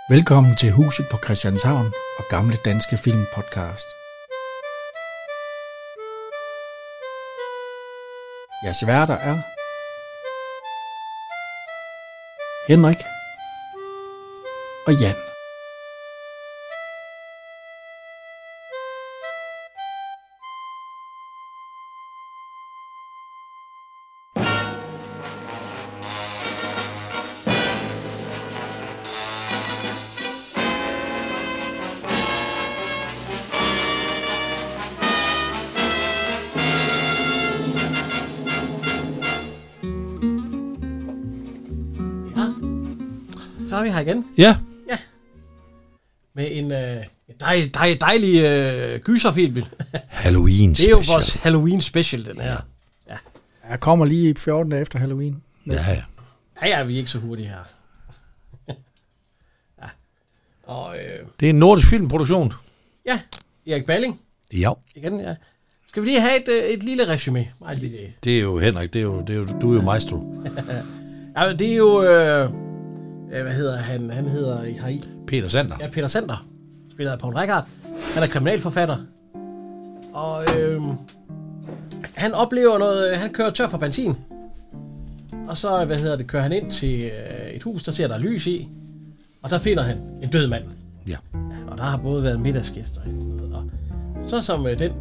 Velkommen til Huset på Christianshavn og Gamle Danske Film Podcast. Jeres værter er Henrik og Jan. Så er vi her igen. Ja. Ja. Med en dejlig gyserfilm. Halloween special. Det er jo vores Halloween special, den her. Ja. Jeg kommer lige 14 dage efter Halloween. Ja, vi er ikke så hurtige her. Ja. Og, det er en nordisk filmproduktion. Ja, Erik Balling. Ja. Igen, ja. Skal vi lige have et lille resume? Det er jo Henrik, du er jo maestro. Ja, det er jo... hvad hedder han? Han hedder i Peter Sander. Ja, Peter Sander. Spiller af Poul Reichhardt. Han er kriminalforfatter. Og han oplever noget... Han kører tør for benzin. Og så, kører han ind til et hus, der ser der lys i. Og der finder han en død mand. Ja. Og der har både været middagsgæster og sådan noget. Og så som den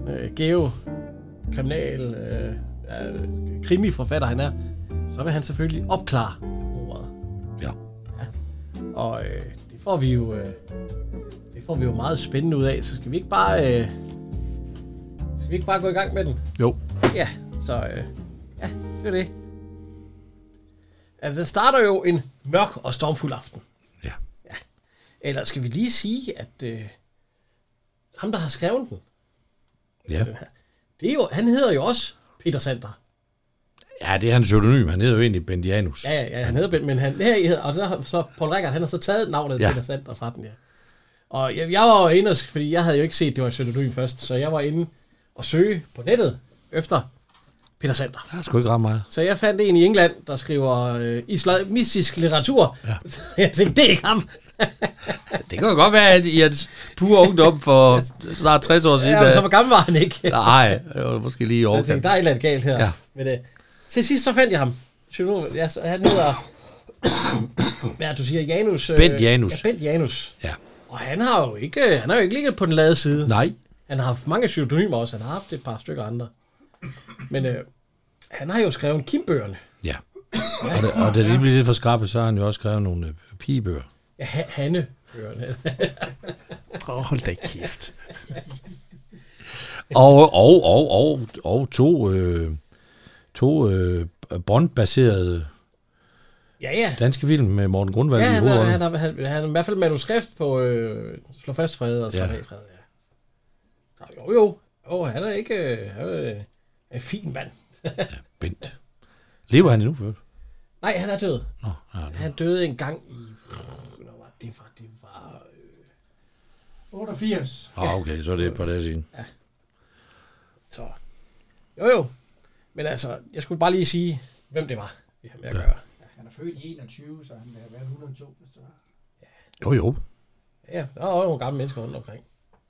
krimiforfatter han er, så vil han selvfølgelig opklare mordet. Ja. Og det får vi jo meget spændende ud af, så skal vi ikke bare gå i gang med den? Jo. Ja, så ja, det er det. Altså, den starter jo en mørk og stormfuld aften. Ja. Eller skal vi lige sige, at ham, der har skrevet den, ja. Det er jo, han hedder jo også Peter Sander. Ja, det er hans pseudonym. Han hedder jo egentlig Bent Janus. Ja, han hedder Bent, men han hedder, og der så Poul Reichhardt, han har så taget navnet Peter Sander fra den, ja. Og jeg var jo inde, fordi jeg havde jo ikke set, det var et pseudonym først, så jeg var inde og søge på nettet efter Peter Sander. Det er sgu ikke ret meget. Så jeg fandt en i England, der skriver islamistisk litteratur. Ja. Jeg tænkte, det er ikke ham. Det kan jo godt være, at i hans pure ungdom for snart 60 år siden. Ja, men så hvor gammel var han ikke? Nej, det var måske lige i år. Jeg tænkte, der er et eller andet galt her. Ja. Men, til sidst så fandt jeg ham. Han hedder, hvad du siger, Janus. Bent Janus. Ja, Bent Janus. Ja. Og han har jo ikke ligget på den lade side. Nej. Han har haft mange pseudonymer også. Han har haft et par stykker andre. Men han har jo skrevet Kim-bøgerne. Ja. Og da det bliver lidt for skrappet, så har han jo også skrevet nogle pigebøger. Ja, Hanne-bøgerne. Hold da kæft. og to Bond-baserede danske film med Morten Grundvald i hovedrollen. Han har i hvert fald manuskript på Slå fast fred og Slå af fred. Ja. Jo, han er ikke en fin mand. Ja, Bent. Lever han endnu før? Nej, han er død. Nå, han døde en gang i... Det var 88. Okay, så er det et par dage siden. Ja. Så. Jo. Men altså, jeg skulle bare lige sige, hvem det var, vi har med at gøre. Ja, han er født i 21, så han vil have været 102, hvis det var. Jo. Ja, der er nogle gamle mennesker rundt omkring.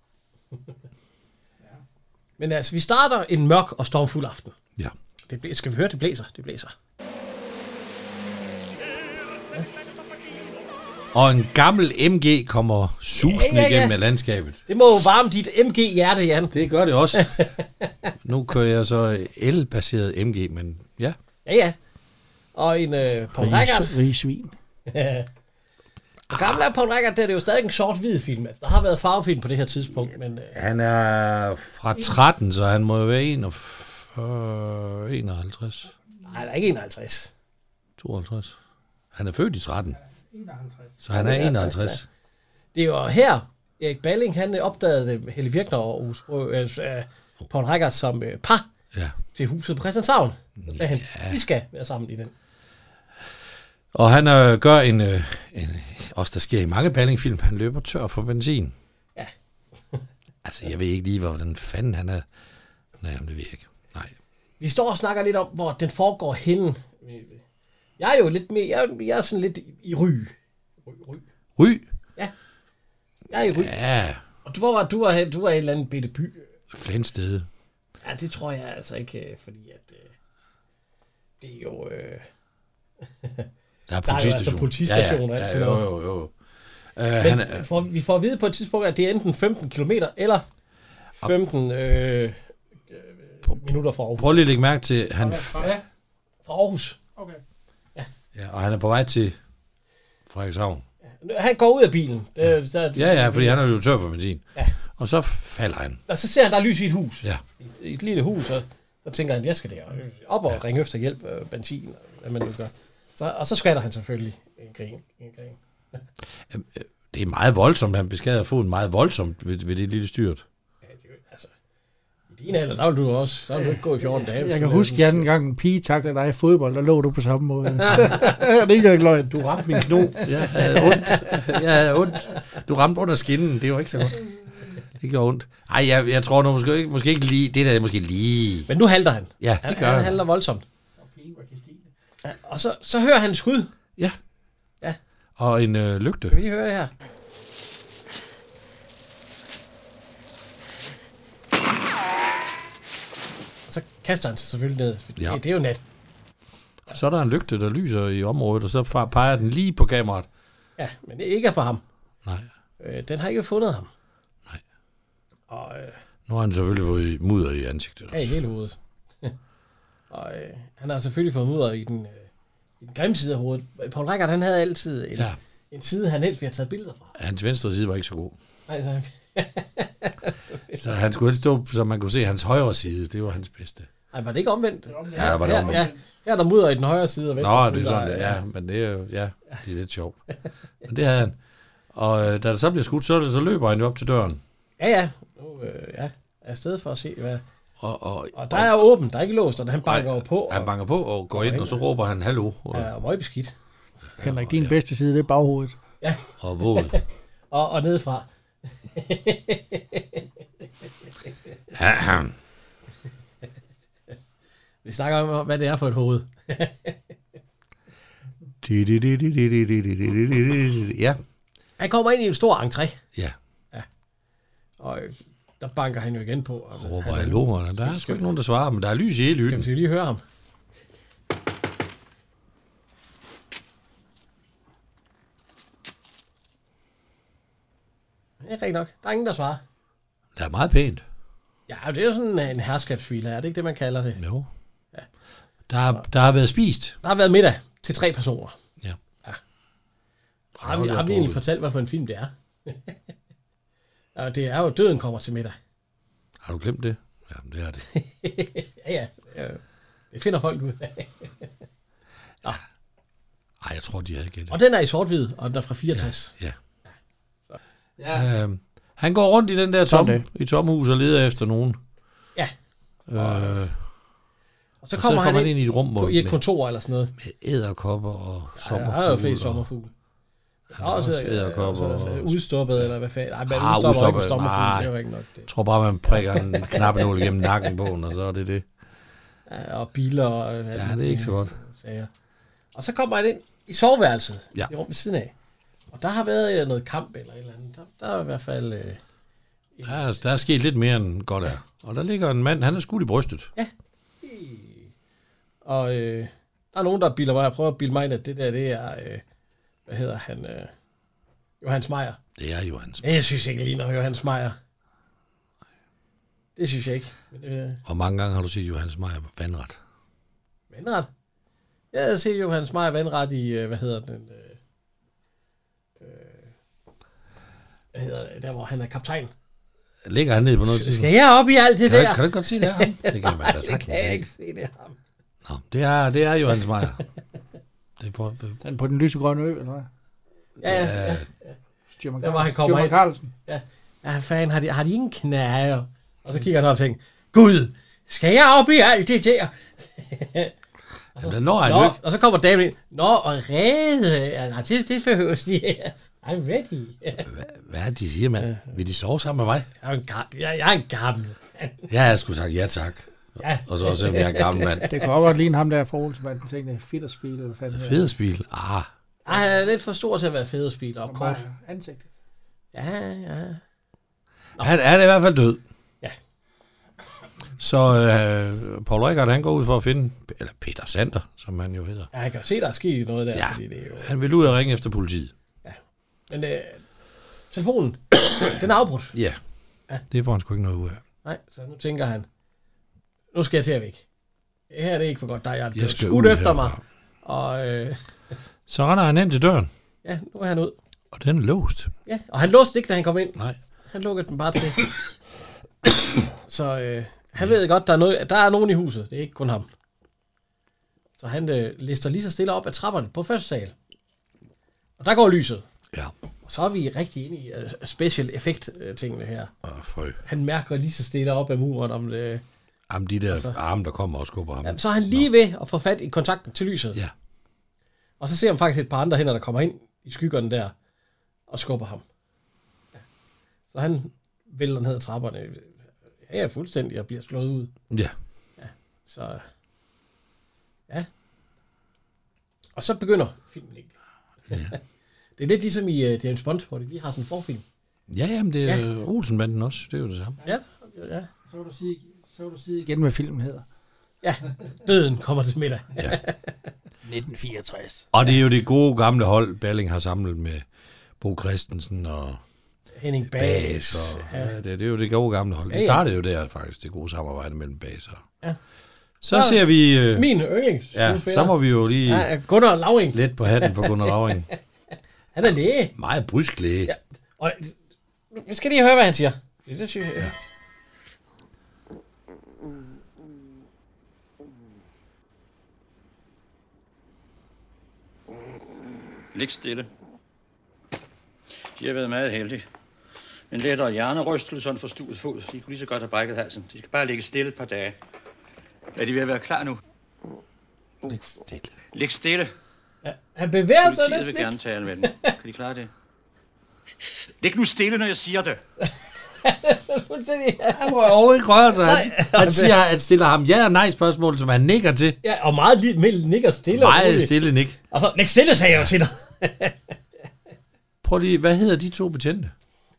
Ja. Men altså, vi starter en mørk og stormfuld aften. Ja. Skal vi høre, det blæser? Det blæser. Ja. Og en gammel MG kommer susende igennem af landskabet. Det må jo varme dit MG-hjerte, Jan. Det gør det også. Nu kører jeg så el-baseret MG, men ja. Ja. Og en Poul Reichhardt. Rigsvin. Og gammel er Poul Reichhardt, det er jo stadig en sort-hvid film. Altså, der har været farvefilm på det her tidspunkt. Men, han er fra 13, så han må jo være 51. Nej, der er ikke 51. 52. Han er født i 13. 51. Så han er 51. Det er jo her, Erik Balling, han opdagede Helle Virkner og Poul Reichhardt som par til Huset på Christianshavn. Så sagde han, de skal være sammen i den. Og han gør også der sker i mange Balling-film, han løber tør for benzin. Ja. Altså, jeg ved ikke lige, hvordan fanden han er. Nej, det ved jeg ikke. Nej. Vi står og snakker lidt om, hvor den foregår henne. Jeg er jo lidt mere, jeg er sådan lidt i Ry. Ry? Ja. Jeg er i Ry. Ja, Og hvor var du? Du var i en eller anden bitte by. Flensted. Ja, det tror jeg altså ikke, fordi at det er jo... Der er der er jo altså politistation og alt sådan noget. Jo. Vi får at vide på et tidspunkt, at det er enten 15 kilometer eller 15 minutter fra Aarhus. Prøv lige at lægge mærke til, han... Ja, fra Aarhus. Okay. Ja, og han er på vej til Frederikshavn. Han går ud af bilen. Ja, fordi han er jo tør for benzin. Ja. Og så falder han. Og så ser han, der er lys i et hus. Ja. I et lille hus, og så tænker han, jeg skal der op og ringe efter hjælp, benzin, hvad man nu gør. Og så skatter han selvfølgelig en gren. Det er meget voldsomt. Han beskader foden meget voldsomt ved det lille styrt. Ja, det er altså... I din alder, der vil du også. Så vil du ikke gå i 14 dage. Jeg kan huske, at jeg engang en pige takler dig i fodbold, der lå du på samme måde. Det er ikke løgn. Du ramte min kno. Jeg havde ondt. Du ramte under skinnen. Det var ikke så godt. Det gjorde ondt. Ej, jeg tror nu måske ikke lige... Det der er måske lige... Men nu halter han. Ja, det gør han halter voldsomt. Og pigen var Christine. Ja, og så hører han skud. Ja. Ja. Og en lygte. Kan vi lige høre det her? Og så kaster han sig selvfølgelig ned. Ja. Det er jo nat. Og så er der en lygte, der lyser i området, og så peger den lige på kameraet. Ja, men det ikke er på ham. Nej. Den har ikke fundet ham. Nej. Og Nu har han selvfølgelig fået mudder i ansigtet også. ja, i hele hovedet. Og han har selvfølgelig fået mudder i den grimme side af hovedet. Paul Reichhardt, han havde altid en side, han helst ville have taget billeder fra. Hans venstre side var ikke så god. Nej, så Så han skulle helst stå, så man kunne se hans højre side. Det var hans bedste. Ej, var det ikke omvendt? Ja, var det omvendt. Ja, her er der mudder i den højre side og venstre Nå, side. det er sådan, ja. Men det er jo, det er lidt sjovt. Men det havde han. Og da der så bliver skudt, så løber han jo op til døren. Ja. Nu er afsted for at se, hvad... Og der er åbent, der er ikke låst, og han banker jo på. Han banker på og går ind, og så råber han hallo. Ja, møgbeskidt. Henrik, din bedste side, det er baghovedet. Ja. Og våd. og nedefra. Vi snakker om, hvad det er for et hoved. Ja. Han kommer ind i en stor entré. Ja. Og der banker han jo igen på. Og råber hallo, og der er sgu ikke nogen, der svarer, men der er lys i hele hytten. Skal vi lige høre ham? Det er rigtigt nok. Der er ingen, der svarer. Det er meget pænt. Ja, det er jo sådan en herskabsvilla. Er det ikke det, man kalder det? Jo. Ja. Der har været spist. Der har været middag til 3 personer. Ja. Har vi egentlig fortalt, hvad for en film det er? Ja, det er jo Døden kommer til middag. Har du glemt det? Ja, det er det. ja. Det finder folk ud af. Ej, jeg tror, de havde gættet. Og den er i sort-hvid, og den er fra 64. Ja. Ja. Han går rundt i den der tomhus og leder efter nogen. Ja. Og så kommer han ind i et rum, hvor i et kontor eller sådan noget. Med edderkopper og sommerfugle. Ja, der er jo flest sommerfugle. Også edderkopper og udstoppet, eller hvad fanden. Nej, men udstopper ikke sommerfugle, det er jo ikke nok det. Jeg tror bare, man prikker en knappenål igennem nakken på den, og så er det det. Ja, og biler og... Ja, det er ikke så godt. Sager. Og så kommer han ind i soveværelset, ja. i rum ved siden af. Og der har været noget kamp eller et eller andet. Der er i hvert fald... Der er sket lidt mere end godt er. Og der ligger en mand, han er skudt i brystet. Ja. Og der er nogen, der bilder mig. Jeg prøver at bilde mig ind, at det der, det er... hvad hedder han? Johannes Meyer. Det er Johannes Meyer. Jeg synes ikke lige noget Johannes Meyer. Det synes jeg ikke. Men Hvor mange gange har du set Johannes Meyer på vandret? Vandret? Jeg havde set Johannes Meyer vandret i, hvad hedder den? Hvad hedder det? Der, hvor han er kaptajn. Ligger han nede på noget? Skal jeg op i alt det der? Kan du godt se det er ham? Det kan man da sagtens se. Det kan jeg ikke se, det er ham. Nå, det er Johannes Meyer. Den på den lysegrønne ø, eller hvad? Ja. Der var han kommer ind. Carlsen. Ja, fanden, har de ingen knæer? Og så kigger han op og tænker, Gud, skal jeg op i alt det der? Og så kommer David ind. Nå, og redde. Det behøves de her. I'm ready. Hvad er det, de siger, mand? Vil de sove sammen med mig? Jeg er en gammel. Jeg har sgu sagt ja tak. Ja. Og så også, jeg er en gammel mand. Det kan også godt ligne ham der fra Olsenbanden, den tænkte, Fedderspil eller hvad fanden. Fedderspil? Han er lidt for stor til at være Fedderspil og kort. Ansigtet. Ja. Han er i hvert fald død. Ja. Så Paul Rickard, han går ud for at finde, eller Peter Sander, som han jo hedder. Ja, jeg kan se, der er sket noget der. Ja, fordi det er jo... han vil ud og ringe efter politiet. Men telefonen, den er afbrudt. Ja, det får han sgu ikke noget ud af. Nej, så nu tænker han, nu skal jeg til at væk. Det her er det ikke for godt. Der er jeg Jeg skal skudt ud efter mig. herfra. Og Så render han ind til døren, ja, nu er han ud. og den er låst. Ja, og han låste ikke, da han kom ind. Nej. Han lukkede den bare til. Så han ved godt, der er nogen i huset. Det er ikke kun ham. Så han lister lige så stille op ad trapperne på første sal. Og der går lyset. Ja. Og så er vi rigtig inde i special effect tingene her. Frø. Han mærker lige så stille op ad muren om det. Jamen, de der arme, der kommer og skubber ham. Ja, så er han lige ved at få fat i kontakten til lyset. Ja. Og så ser han faktisk et par andre hænder, der kommer ind i skyggerne der og skubber ham. Ja. Så han vælter ned ad trapperne. Ja, fuldstændig og bliver slået ud. Ja. Så ja. Og så begynder filmen ikke. Ja. Det er lidt ligesom i James Bond, hvor de lige har sådan en forfilm. Ja, jamen, det er Olsenbanden også. Det er jo det samme. Ja. Så vil du sige igen, hvad filmen hedder. Ja, døden kommer til middag. Ja. 1964. Og det er jo det gode gamle hold, Balling har samlet med Bo Christensen og Henning Bas. Bas. Og, det er jo det gode gamle hold. Det startede jo der faktisk, det gode samarbejde mellem Bas og... Ja. Så ser vi... Min yndlings. Ja, så må vi jo lige... Ja, Gunnar Lauring. Lidt på hatten for Gunnar Lauring. Han er læge. Meget brysk læge. Ja. Og vi skal lige høre, hvad han siger. Det synes jeg. Ja. Lig stille. De har været meget heldige. En lettere hjernerystelse og en forstuet fod. De kunne lige så godt have brækket halsen. De skal bare ligge stille et par dage. Er de ved at være klar nu? Lidt stille. Lig stille. Ja, han bevæger sig Politiet næsten vil ikke. gerne tale med dem. Kan de klare det? Lig nu stille, når jeg siger det. Fuldstændig. Han må overhovedet ikke røre sig. Han siger, at stiller ham ja og nej spørgsmål, som han nikker til. Ja, og meget lidt nikker stille. Meget stille nik. Og så, læg stille, sagde jeg jo til dig. Prøv lige, hvad hedder de to betjente?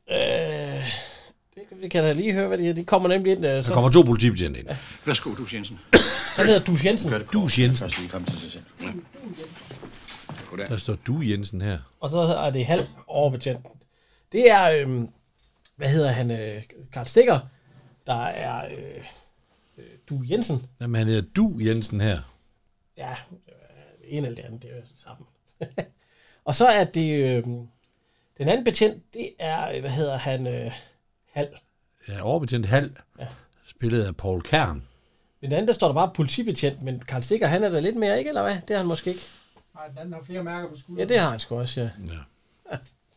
Det kan jeg lige høre, hvad de kommer nemlig ind. Der kommer to politibetjente ind. Ja. Værsgo, Dus Jensen. Han hedder Dus Jensen. Dus Jensen. Først lige komme til sig selv. Ja. Der står Du Jensen her. Og så er det halv overbetjenten. Det er, hvad hedder han, Karl Stikker, der er Du Jensen. Jamen, han hedder Du Jensen her. Ja, en eller det andet, det er jo sammen. Og så er det, den anden betjent, det er, hvad hedder han, Hal. Ja, overbetjent Hal. Ja. Spillet af Paul Kern. Den anden, der står der bare politibetjent, men Karl Stikker, han er der lidt mere, ikke, eller hvad? Det er han måske ikke. Nej, den anden har flere mærker på skulderen. Ja, det har han sgu også, ja. Ja.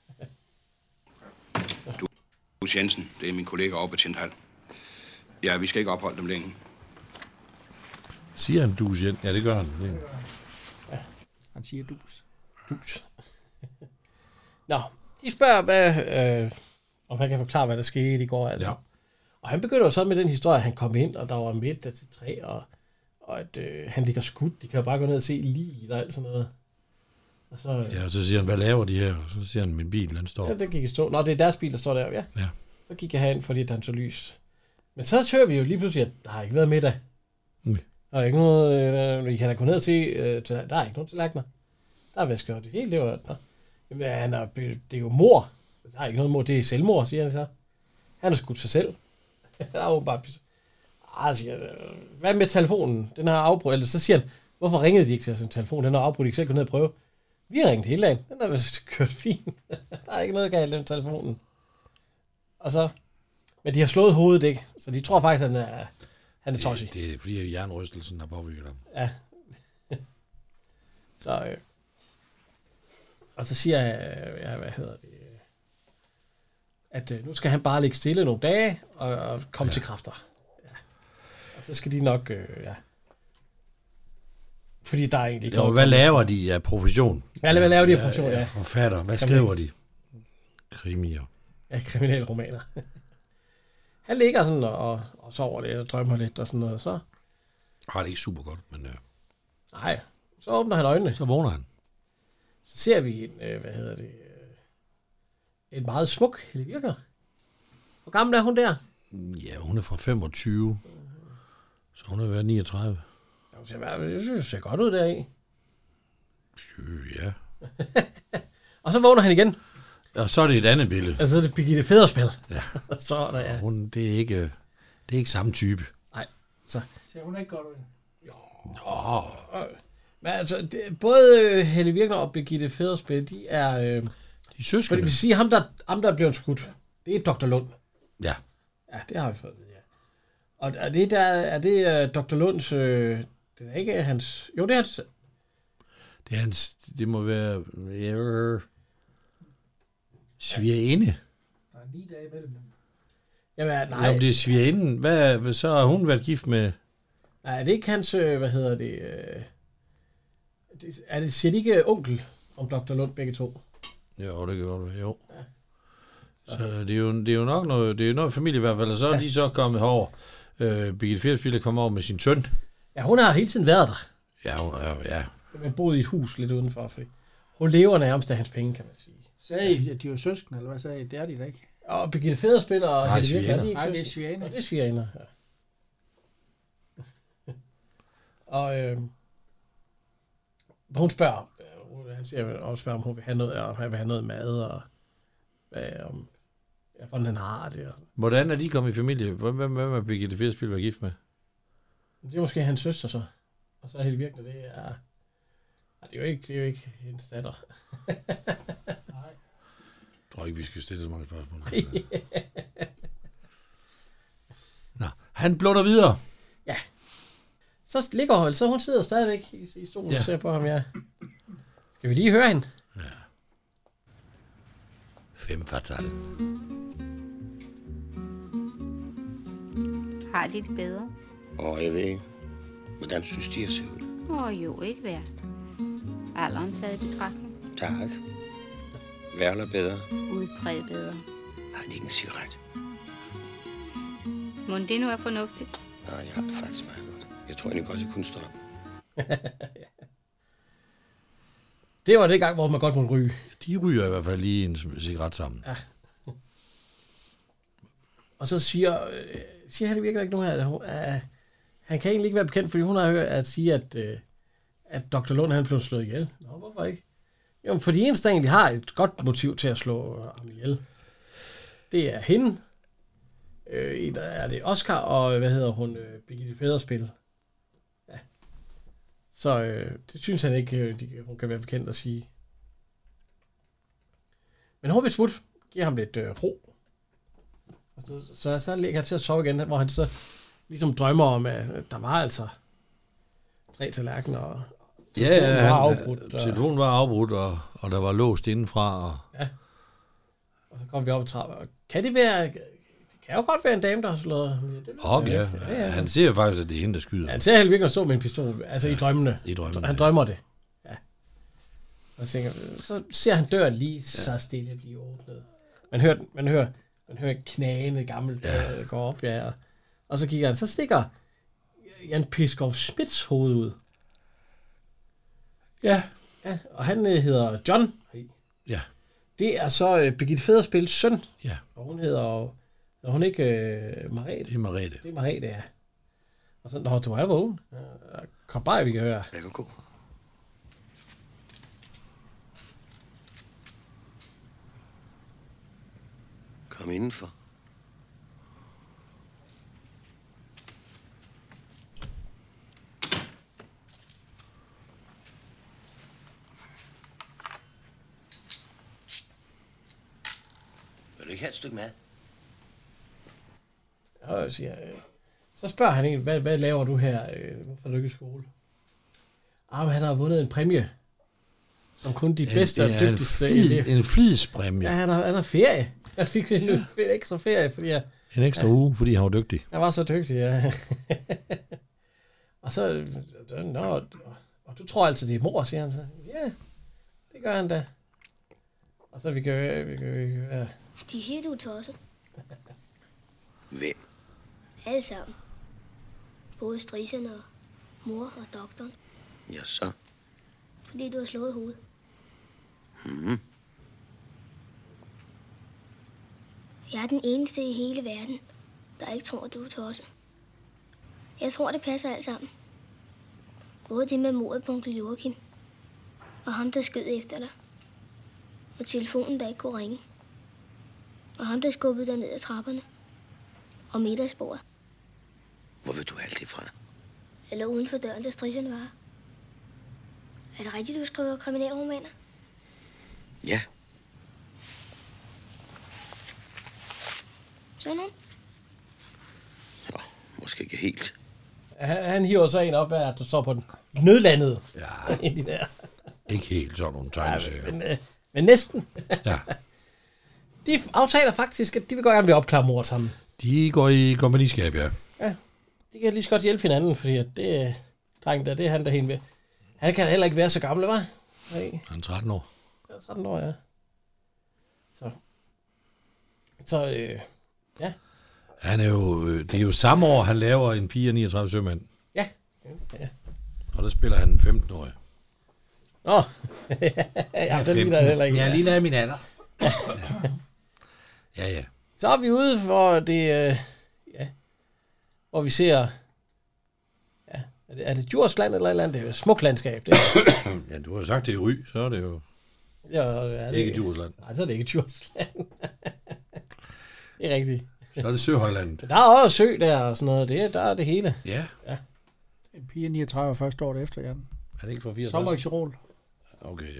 Dus Jensen, det er min kollega over på Tindhal. Ja, vi skal ikke opholde dem længe. Siger han Dus Jensen? Ja, det gør han. Det. Han siger dus. Nå, de spørger, om han kan forklare, hvad der skete i går. Altså. Ja. Og han begynder så med den historie, at han kom ind, og der var middag til 3, og at han ligger skudt. De kan jo bare gå ned og se liget og alt sådan noget. Og så, Ja, og så siger han, hvad laver de her? Og så siger han, min bil, den står. Ja, det gik i stå. Nå, det er deres bil, der står der, ja. Ja. Så gik jeg herind, fordi han så lys. Men så hører vi jo lige pludselig, at der har ikke været middag. Nej. Der er ikke noget, vi kan da gå ned og se, der er ikke nogen tallerkener. Der er vasket det hele, det var... Nå. Jamen, det er jo mor. Der er ikke noget mor, det er selvmord, siger han så. Han har skudt sig selv. Der er jo bare... siger, hvad med telefonen? Den har afbrudt. Eller så siger han, hvorfor ringede de ikke til sin telefon? Den har afbrudt, de kan selv gå ned og prøve. Vi har ringet hele dagen. Den har vist kørt fint. Der er ikke noget galt med telefonen. Og så... Men de har slået hovedet, ikke? Så de tror faktisk, at han er tossi. Det er fordi jernrystelsen har påvirket ham. Ja. Så... Og så siger jeg, ja, hvad hedder det, at nu skal han bare ligge stille nogle dage og komme til kræfter. Ja. Og så skal de nok, ja. Fordi der er egentlig ikke... Jo, hvad laver de af profession? Ja, hvad laver de af profession, ja. Forfatter, hvad skriver de? Krimier. Ja, kriminelle romaner. Han ligger sådan og sover lidt og drømmer lidt og sådan noget, så... Har det ikke super godt, men... Nej, så åbner han øjnene. Så vågner han. Så ser vi en meget smuk Helle Virkner. Hvor gammel er hun der? Ja, hun er fra 25. Så hun har været 39. Jeg synes, det ser godt ud deri. Ja. Og så vågner han igen. Og så er det et andet billede. Altså, det er Birgitte Federspil. Ja. Så er der, ja. Det er ikke samme type. Nej, så. Ser hun ikke godt ud? Men altså, både Helle Virkner og Birgitte Federspil, de er... De er Fordi søskende. vi siger, ham der er blevet skudt, det er Dr. Lund. Ja. Ja, det har vi fået, ja. Og er det Dr. Lunds... det er ikke hans... Jo, det er hans... Det er hans... Det må være... Svigerinde. Der er 9 dage imellem dem. Jamen, nej. Om det er svigerinden, så har hun været gift med... Nej, det er ikke hans... hvad hedder det... siger de ikke onkel om Dr. Lund, begge to? Jo, det kan godt være, jo. Ja. Så det er jo nok noget... Det er jo noget familie i hvert fald, og så er de så kommet herover. Birgitte Federspil er kommet over med sin søn. Ja, hun har hele tiden været der. Ja. Men boede i et hus lidt udenfor, fordi hun lever nærmest af hans penge, kan man sige. Sagde I, at de var søskende, eller hvad sagde I? Det er de da ikke. Og Birgitte Federspil og Nej, Helle Virkner, Nej, det er svigerinde. det er svigerinde, ja. Og hun spørger, han siger også, om hun vil have noget, og han vil have noget mad, og hvordan han har det. Og Hvordan er de kommet i familie? Hvem er Birgitte Federspil var gift med? det er måske hans søster så. Og så Helle Virkner, det er... Det er jo ikke hendes datter. Nej. Jeg tror ikke, vi skal stille så mange spørgsmål. Nå, han blunder videre. Så ligger hun, så hun sidder stadigvæk i stolen og ser på ham, ja. Skal vi lige høre hende? Ja. 5 fatale. Har de det bedre? Jeg ved ikke. Hvordan synes de, at se ud? Jo, ikke værst. Alderen taget i betragtning. Tak. Værre eller bedre? Udpræget bedre. Har de ikke en cigaret? Må det nu er fornuftigt? Nej, jeg har det faktisk meget godt. Jeg tror egentlig godt, jeg kunne stå op. Det var det gang, hvor man godt måtte ryge. De ryger i hvert fald lige en cigaret sammen. Ja. Og så siger Helle Virkner ikke nu her, at han kan egentlig ikke være bekendt, fordi hun har hørt at sige, at Dr. Lund han blev slået ihjel. Nå, hvorfor ikke? Jo, fordi eneste, der egentlig har et godt motiv til at slå ham ihjel, det er hende. Er det Oscar, og hvad hedder hun? Birgitte Federspil. Ja. Så det synes han ikke, hun kan være bekendt at sige. Men hun vil smut, giver ham lidt ro. Så ligger han til at sove igen, hvor han så ligesom drømmer om, at der var altså 3 tallerkener, og telefonen var afbrudt. Telefonen var afbrudt, og der var låst indenfra. Og så kom vi op ad trappen. Og kan det være... Det kan jo godt være en dame, der har slået... Ja. Han ser jo faktisk, at det er hende, der skyder. Ja, han ser Helle Virkner stå med en pistol, altså i drømmene. I drømmene. Han drømmer det. Ja. Og så ser han døren lige så stille blive åbnet. Man hører et knagende gammelt gå op, ja. Og så kigger han, så stikker Jan Piskov Schmidts hoved ud. Ja. Og han hedder John. Ja. Det er så Birgitte Federspils søn. Ja. Og hun hedder... Er hun ikke Marete? Det er Marete. Det er Marete, ja. Og så, når du er vågen. Kom bare, vi kan høre. Jeg kan gå. Kom indenfor. Vil du ikke have et stykke mad? Og siger, så spørger han en, hvad laver du her? Hvorfor er du ikke i skole? Men han har vundet en præmie, som kun de bedste og dygtigste. En flidspræmie. Ja, han har ferie. Han fik en ekstra ferie, fordi en ekstra uge, fordi han var dygtig. Han var så dygtig, ja. Og så, og du tror altid, det er mor, siger han så. Ja, det gør han da. Og så vi kan høre. De siger, du er tosset. Hvem? Alle sammen. Både strisserne og mor og doktoren. Ja, så. Fordi du har slået hovedet. Jeg er den eneste i hele verden, der ikke tror, du er tosset. Jeg tror, det passer alt sammen. Både det med mordet på onkel Joachim, og ham, der skød efter dig. Og telefonen, der ikke kunne ringe. Og ham, der skubbede dig ned ad trapperne. Og middagsbordet. Hvor vil du have alt det fra? Eller uden for døren, der strisserne var. Er det rigtigt, du skriver kriminalromaner? Ja. Sådan nogen? Jo, måske ikke helt. Han hiver så en op, at du står på den nødlandede. Ja. Ind i der. Ikke helt sådan nogle tegneserier. Ja, men næsten. Ja. De aftaler faktisk, at de vil gerne vil opklare mord sammen. De går i kompagniskab, ja. Ja, de kan lige så godt hjælpe hinanden, fordi at det drengen der, det er han der hen ved. Han kan heller ikke være så gammel, hva'? Nej. Han er 13 år. Ja, 13 år, ja. Så ja. Han er jo, det er jo samme år, han laver en pige af 39 sømænd. Ja. Og der spiller han 15-årig. Åh. Ja, det ligner heller ikke. Jeg er lige af min alder. Ja. Så er vi ude for det, hvor vi ser, ja, er det Djursland eller et eller andet? Det er jo et smukt landskab. Det. Ja, du har jo sagt, det er Ry, så er det jo Ja, ikke Djursland. Nej, så er det ikke Djursland. Det er rigtigt. Så er det Søhøjlandet. Der er også sø der og sådan noget. Der er det hele. Ja. En pige 39 første år efter, Jan. Er det ikke fra 64? Sommer i Tyrol. Okay.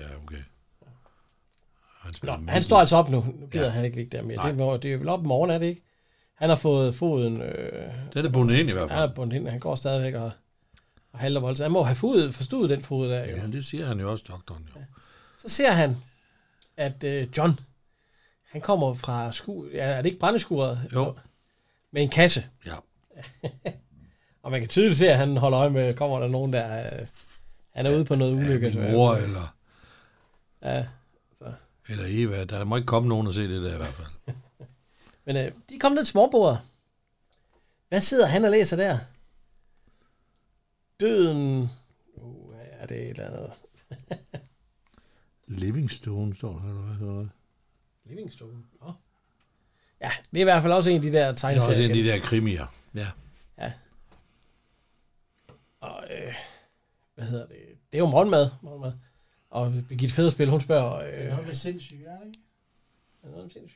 Han står altså op nu. Nu gider han ikke ligge der mere. Det er vel op i morgen, er det ikke? Han har fået foden... det er det bundet ind i hvert fald. Han er bundet ind. Han går stadigvæk og halter voldsomt. Han må have forstået den fod der. Jo. Ja, det siger han jo også, doktoren. Jo. Ja. Så ser han, at John, han kommer fra er det ikke brændeskuret? Jo. Med en kasse. Ja. Og man kan tydeligt se, at han holder øje med, kommer der nogen, der han er ude på noget ulykke. Ja, mor eller... Ja, så. Eller Eva. Der må ikke komme nogen og se det der i hvert fald. Men de kom ned til småbordet. Hvad sidder han og læser der? Døden... er det et eller andet? Livingstone står der, eller hvad? Livingstone? Oh. Ja, det er i hvert fald også en af de der tegneserier. Det er også en af de der krimier, ja. Og hvad hedder det? Det er jo morgenmad. Og Birgitte Federspil, hun spørger... det er noget med sindssyg, er det ikke? Er det noget med sindssyg?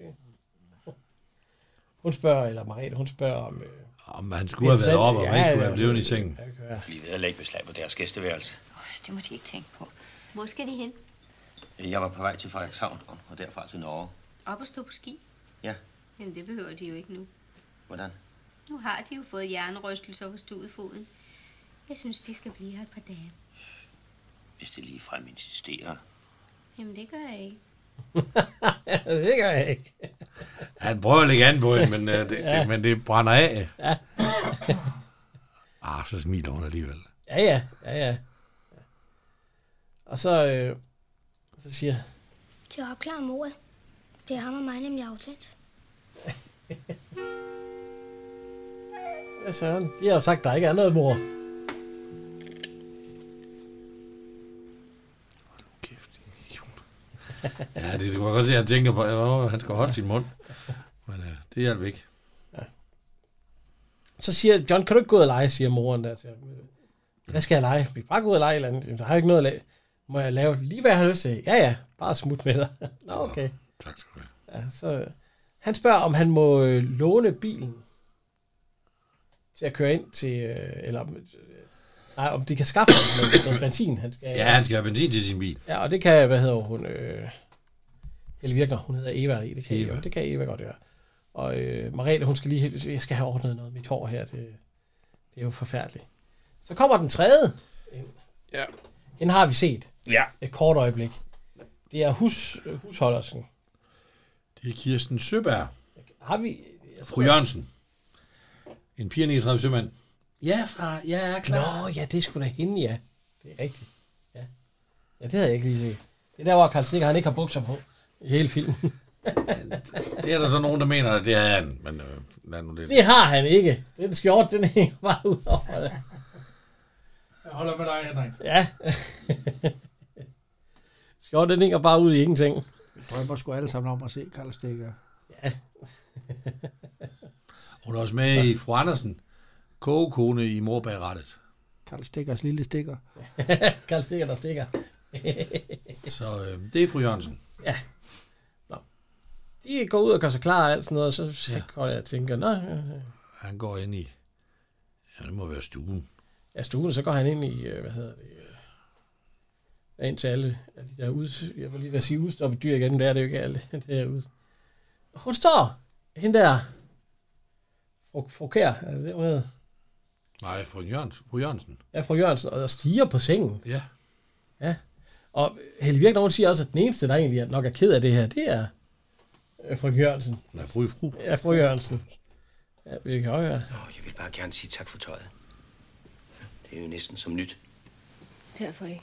Hun spørger, eller Mariette, hun spørger om han skulle have været oppe, og han skulle have blevet i sengen. Lige ved at lægge beslag på deres gæsteværelse. Det må de ikke tænke på. Hvor skal de hen? Jeg var på vej til Frederikshavn, og derfra til Norge. Op og stå på ski? Ja. Jamen, det behøver de jo ikke nu. Hvordan? Nu har de jo fået hjernerystelser på studefoden. Jeg synes, de skal blive her et par dage. Hvis det lige frem insisterer. Jamen, det gør jeg ikke. Det gør jeg ikke. Han prøver at lægge an på hende, men det brænder af. Ja. Så smiler hun alligevel. Ja. Og så siger jeg... Til at opklare mordet. Det er ham og mig nemlig aftalt. Ja, Søren. De har jo sagt, der ikke er noget mor. Ja, det kan man godt se, at han tænker på, at han skal holde sin mund. Men det hjælper ikke. Ja. Så siger John, kan du ikke gå ud og lege, siger moren der til ham. Hvad skal jeg lege? Vi bare gå ud og lege eller andet. Der har jeg ikke noget at lage. Må jeg lave lige, hvad jeg har lyst til? Ja, bare smut med dig. Nå, okay. Tak skal du have. Ja, så han spørger, om han må låne bilen til at køre ind til, eller om de kan skaffe noget benzin. Han skal, han skal have benzin til sin bil. Ja, og det kan, hvad hedder hun, eller virkelig, hun hedder Eva i, det kan Eva godt gøre. Og Mariette, hun skal lige, jeg skal have ordnet noget mit hår her, det er jo forfærdeligt. Så kommer den tredje. Ja. Den har vi set. Ja. Et kort øjeblik. Det er husholdersken. Det er Kirsten Søberg. Har vi... Fru Jørgensen. En pige 39 sømand. Ja, far, jeg er klar. Nå, ja, det er sgu da hende, ja. Det er rigtigt. Ja, det havde jeg ikke lige set. Det er der, hvor Karl Stikker, han ikke har bukser på i hele filmen. Det er der så nogen, der mener, at det er han. Men lad nu det. Det har han ikke. Den skjort, den hænger bare ud over det. Jeg holder med dig, Henrik. Ja. Skjort, den hænger bare ud i ingenting. Vi drømmer sgu alle sammen om at se Karl Stikker. Ja. Hun er også med i Fru Andersen. Kogekone i Mor bag rattet. Karl Stikkers lille stikker. Karl Stikker, der stikker. Så det er fru Jørgensen. Ja. Nå. De går ud og gør sig klar og alt sådan noget, og så går jeg og tænker, Han går ind i... Ja, det må være stuen. Ja, stuen, så går han ind i, ind til alle de der jeg vil lige være sige udstoppet dyr igen, det er det jo ikke alle. Det er ude. Hun står, hende der, fru Kjær, er det hun hedder? Nej, fru Jørgensen. Ja, fru Jørgensen, og der stiger på sengen. Ja. Ja. Og Helle Virkner, hun siger også, at den eneste, der egentlig nok er ked af det her, det er fru Jørgensen. Nej, fru. Ja, fru Jørgensen. Ja, vi kan også høre. Jeg vil bare gerne sige tak for tøjet. Det er jo næsten som nyt. Derfor ikke.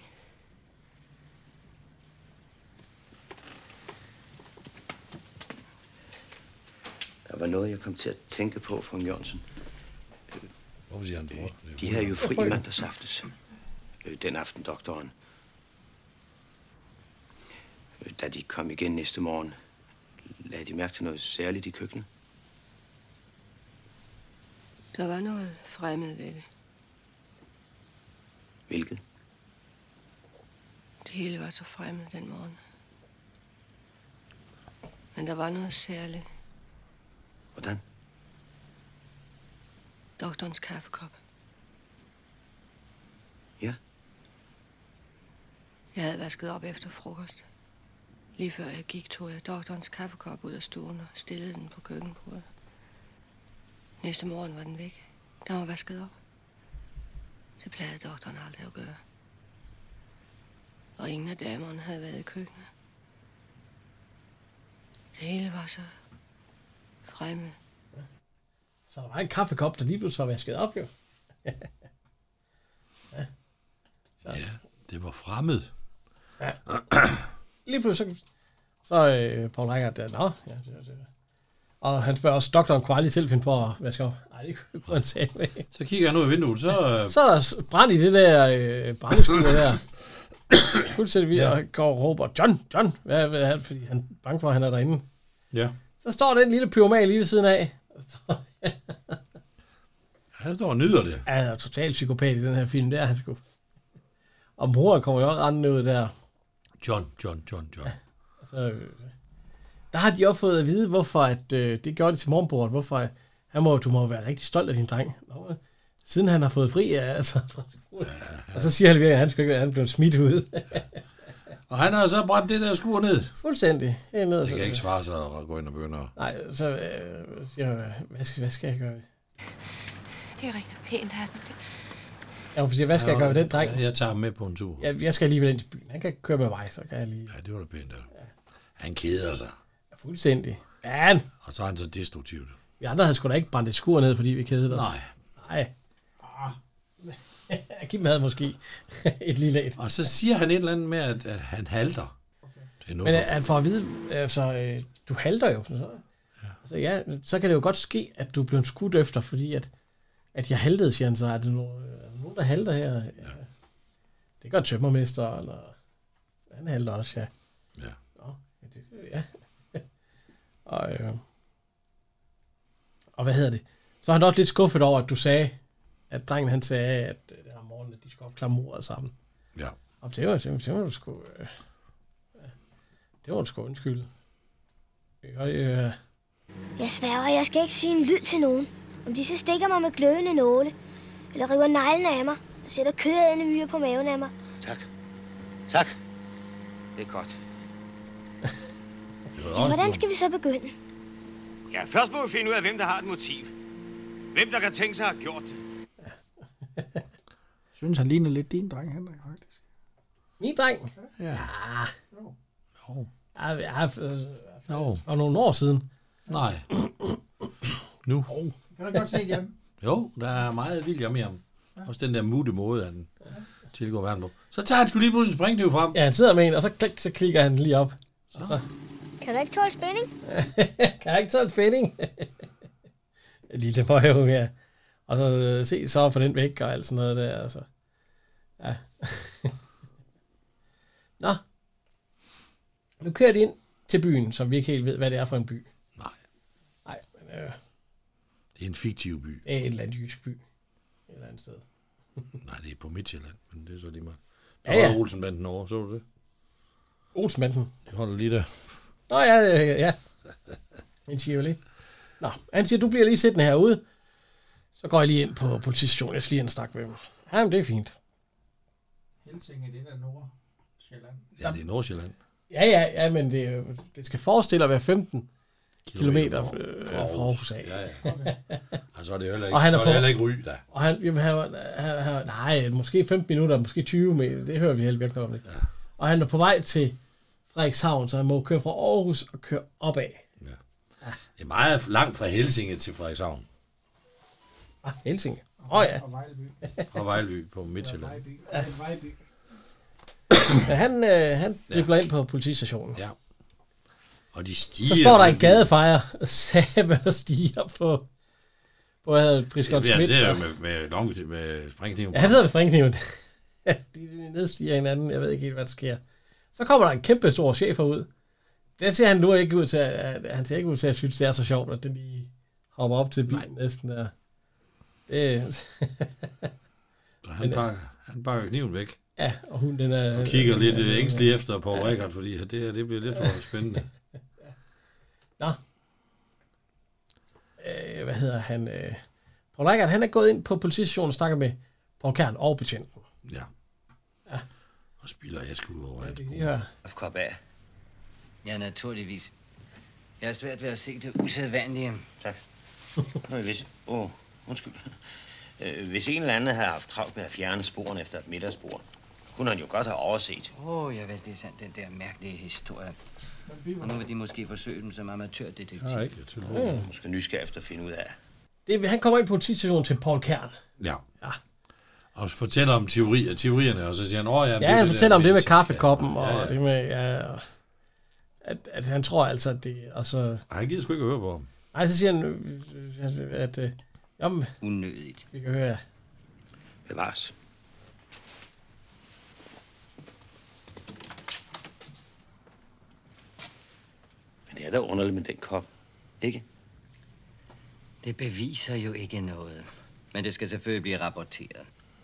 Der var noget, jeg kom til at tænke på, fru Jørgensen. Hvorfor siger han det? De havde jo fri mandagsaftes. Den aften, doktoren. Da de kom igen næste morgen, lagde de mærke til noget særligt i køkkenet. Der var noget fremmed ved det. Hvilket? Det hele var så fremmed den morgen. Men der var noget særligt. Hvordan? Doktorens kaffekop. Ja? Jeg havde vasket op efter frokost. Lige før jeg gik, tog jeg doktorens kaffekop ud af stuen og stillede den på køkkenbordet. Næste morgen var den væk. Den var vasket op. Det plejede doktoren aldrig at gøre. Og ingen af damerne havde været i køkkenet. Det hele var så fremmed. Så der var en kaffekop, der lige pludselig var vasket op, jo. Ja, det var fremmed. Ja. Lige pludselig så Paul Reichhardt, ja. Og han spørger også, doktoren kunne aldrig selv finde på at vaske op. Nej, det kunne han sige med. Så kigger han ud af vinduet, så... Så er der brand i det der brændeskue der. Fuldstændig vildt, og går og råber, John, hvad er det, fordi han er bange for, at han er derinde. Ja. Så står den lille pyroman lige ved siden af. Han står og nyder det. Ja, han er totalt psykopat i den her film, det er han sgu. Og moren kommer jo også rendende ud der. John. Ja, altså, der har de også fået at vide, hvorfor at, det gjorde det til morgenbordet, hvorfor du må være rigtig stolt af din dreng. Siden han har fået fri, altså. Og så siger han virkelig, at han blev smidt ud. Og han har så brændt det der skur ned. Fuldstændig. Det kan ikke svare sig at gå ind og begynde at... Nej, så siger jeg, hvad skal jeg gøre? Det er rigtig pænt af dem. Jeg siger, hvad skal jeg gøre med den dreng? Jeg tager ham med på en tur. Jeg skal alligevel ind til byen. Han kan køre med mig, så kan jeg lige... Ja, det var da pænt. Ja. Han keder sig. Ja, fuldstændig. Ja. Og så er han så destruktivt. Vi andre havde sgu da ikke brændt et skur ned, fordi vi kedede os. Nej. Kim havde måske et lille et. Og så siger han et eller andet med, at han halter. Okay. Men han får at vide, altså, du halter jo. Så. Ja. Altså, så kan det jo godt ske, at du er blevet skudt efter, fordi at jeg haltede, siger han så. Er der nogen, der halter her? Ja. Det gør tømmermester, eller... Han halter også, ja. Ja. Nå, ja. Og hvad hedder det? Så er han også lidt skuffet over, at du sagde, at drengen han sagde, at det her morgen, at de skulle opklare mordet sammen. Ja. Og det var du sgu... det var du sgu undskyld. Jeg sværger, jeg skal ikke sige en lyd til nogen. Om de så stikker mig med glødende nåle, eller river neglene af mig, og sætter kødædende myrer på maven af mig. Tak. Det er godt. Hvordan skal vi så begynde? Ja, først må vi finde ud af, hvem der har et motiv. Hvem der kan tænke sig at have gjort det. Synes han ligner lidt din dreng, Henrik, faktisk. Min dreng? Ja. Jo. For nogle år siden. Nej. Nu. Kan du godt se det hjemme? Jo, der er meget William med ham. Også den der mutte måde, han tilgår verden på. Så tager han sgu lige pludselig springkniv frem. Ja, han sidder med en, og så klikker han lige op. Så. Kan du ikke tåle spænding? Kan jeg ikke tåle spænding? Lille møge, ja. Og så se så for den væk og alt sådan noget der, altså. Ja. Nå. Nu kører de ind til byen, som vi ikke helt ved, hvad det er for en by. Nej. Det er en fiktiv by. Det er et eller andet jysk by. Et eller andet sted. Nej, det er på Midtjylland, men det er så lige meget. Ja, ja. Olsenbanden over, så du det? Olsenbanden? Jeg holder lige der. Nå ja. Han siger jo lige. Nå, han siger, du bliver lige siddende herude. Så går jeg lige ind på politistationen. Jeg skal lige ind og snakke med dem. Jamen, det er fint. Helsinge, det er Nordsjælland. Ja, det er Nordsjælland. Ja, men det skal forestille at være 15 kilometer fra Aarhus af. Ja. Og så er det heller ikke, og han er heller ikke Ry, da. Og nej, måske 15 minutter, måske 20 meter. Det hører vi helt virkelig om det. Ja. Og han er på vej til Frederikshavn, så han må køre fra Aarhus og køre opad. Ja. Det er meget langt fra Helsinge til Frederikshavn. Helsinge? Ja. Og Vejleby. Og Vejleby på Midtjylland. Vejleby. Han dribler ind på politistationen. Ja. Og de stiger. Så står der en gadefejer, Sabe og stiger på Priskov Schmidt. Han sidder jo med springkniven. Ja, han sidder med springkniven. De nedstiger hinanden. Jeg ved ikke helt, hvad der sker. Så kommer der en kæmpe stor chefer ud. Det ser han nu ikke ud til, han ser ikke ud til at synes, det er så sjovt, at den lige hopper op til bilen næsten der. Det... Så han pakker kniven væk. Ja, og hun den er... Og kigger lidt ængstelig efter Paul Reichhardt, fordi det bliver lidt for spændende. Nå. Hvad hedder han? Paul Reichhardt, han er gået ind på politistationen og snakker med Paul Kern og betjenten. Ja. Og spiller æske ud over alt. Ja. Kop af. Ja, naturligvis. Jeg er svært ved at se det usædvanlige. Tak. Undskyld. Hvis en eller anden havde haft travlt med at fjerne sporene efter et middagsbord, kunne han jo godt have overset. Ja vel, det er sandt, den der mærkelige historie. Og nu vil de måske forsøge dem som amatørdetektiv. Ja, ikke. Måske nysgerrig efter at finde ud af. Han kommer ind på politistationen til Paul Kern. Ja. Og fortæller om teorierne, og så siger han, han fortæller om det med kaffekoppen, og det med, at han tror altså, at det, altså... Han gider sgu ikke at høre på ham. Nej, så siger han, at jamen... Unødigt. Vi kan høre, Bevares. Men det er da underligt med den kop, ikke? Det beviser jo ikke noget. Men det skal selvfølgelig blive rapporteret.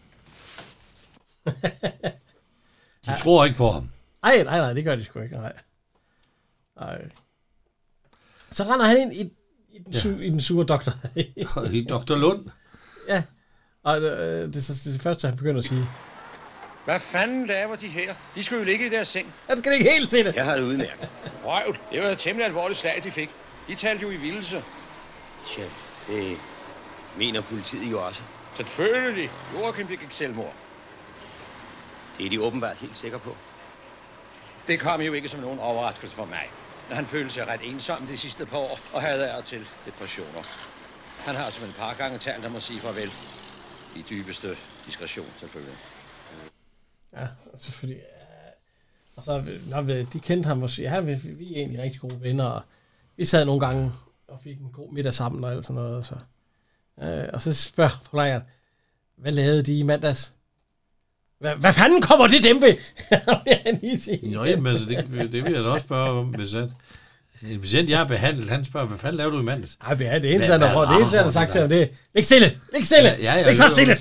De tror ikke på ham. Nej, det gør de sgu ikke. Nej. Så render han ind i den sure doktor. I Dr. Lund. Ja. Og det er det første, han begynder at sige. Hvad fanden laver de her? De skulle jo ligge i deres seng. Han skal ikke helt se det. Jeg har det udmærket. Røvl. Det var et temmelig alvorligt slag, de fik. De talte jo i vildelse. Tja, det mener politiet jo også. Selvfølgelig. Joachim begik selvmord. Det er de åbenbart helt sikre på. Det kom jo ikke som nogen overraskelse for mig. Han følte sig ret ensom de sidste par år, og havde af til depressioner. Han har som et par gange talt om at sige farvel. I dybeste diskretion, selvfølgelig. Ja, altså fordi... Og så, de kendte ham måske. Ja, vi er egentlig rigtig gode venner, og vi sad nogle gange og fik en god middag sammen og alt sådan noget. Så. Og så spørger Paul Reichhardt, hvad lavede de i mandags? Hvad fanden kommer det dem ved? Nå, jamen, altså, det vil jeg da også spørge om, hvis en patient, jeg har behandlet, han spørger, hvad fanden laver du i mandags? Ej, det er det eneste, han har sagt til ham, det er, læg stille! Læg så stille!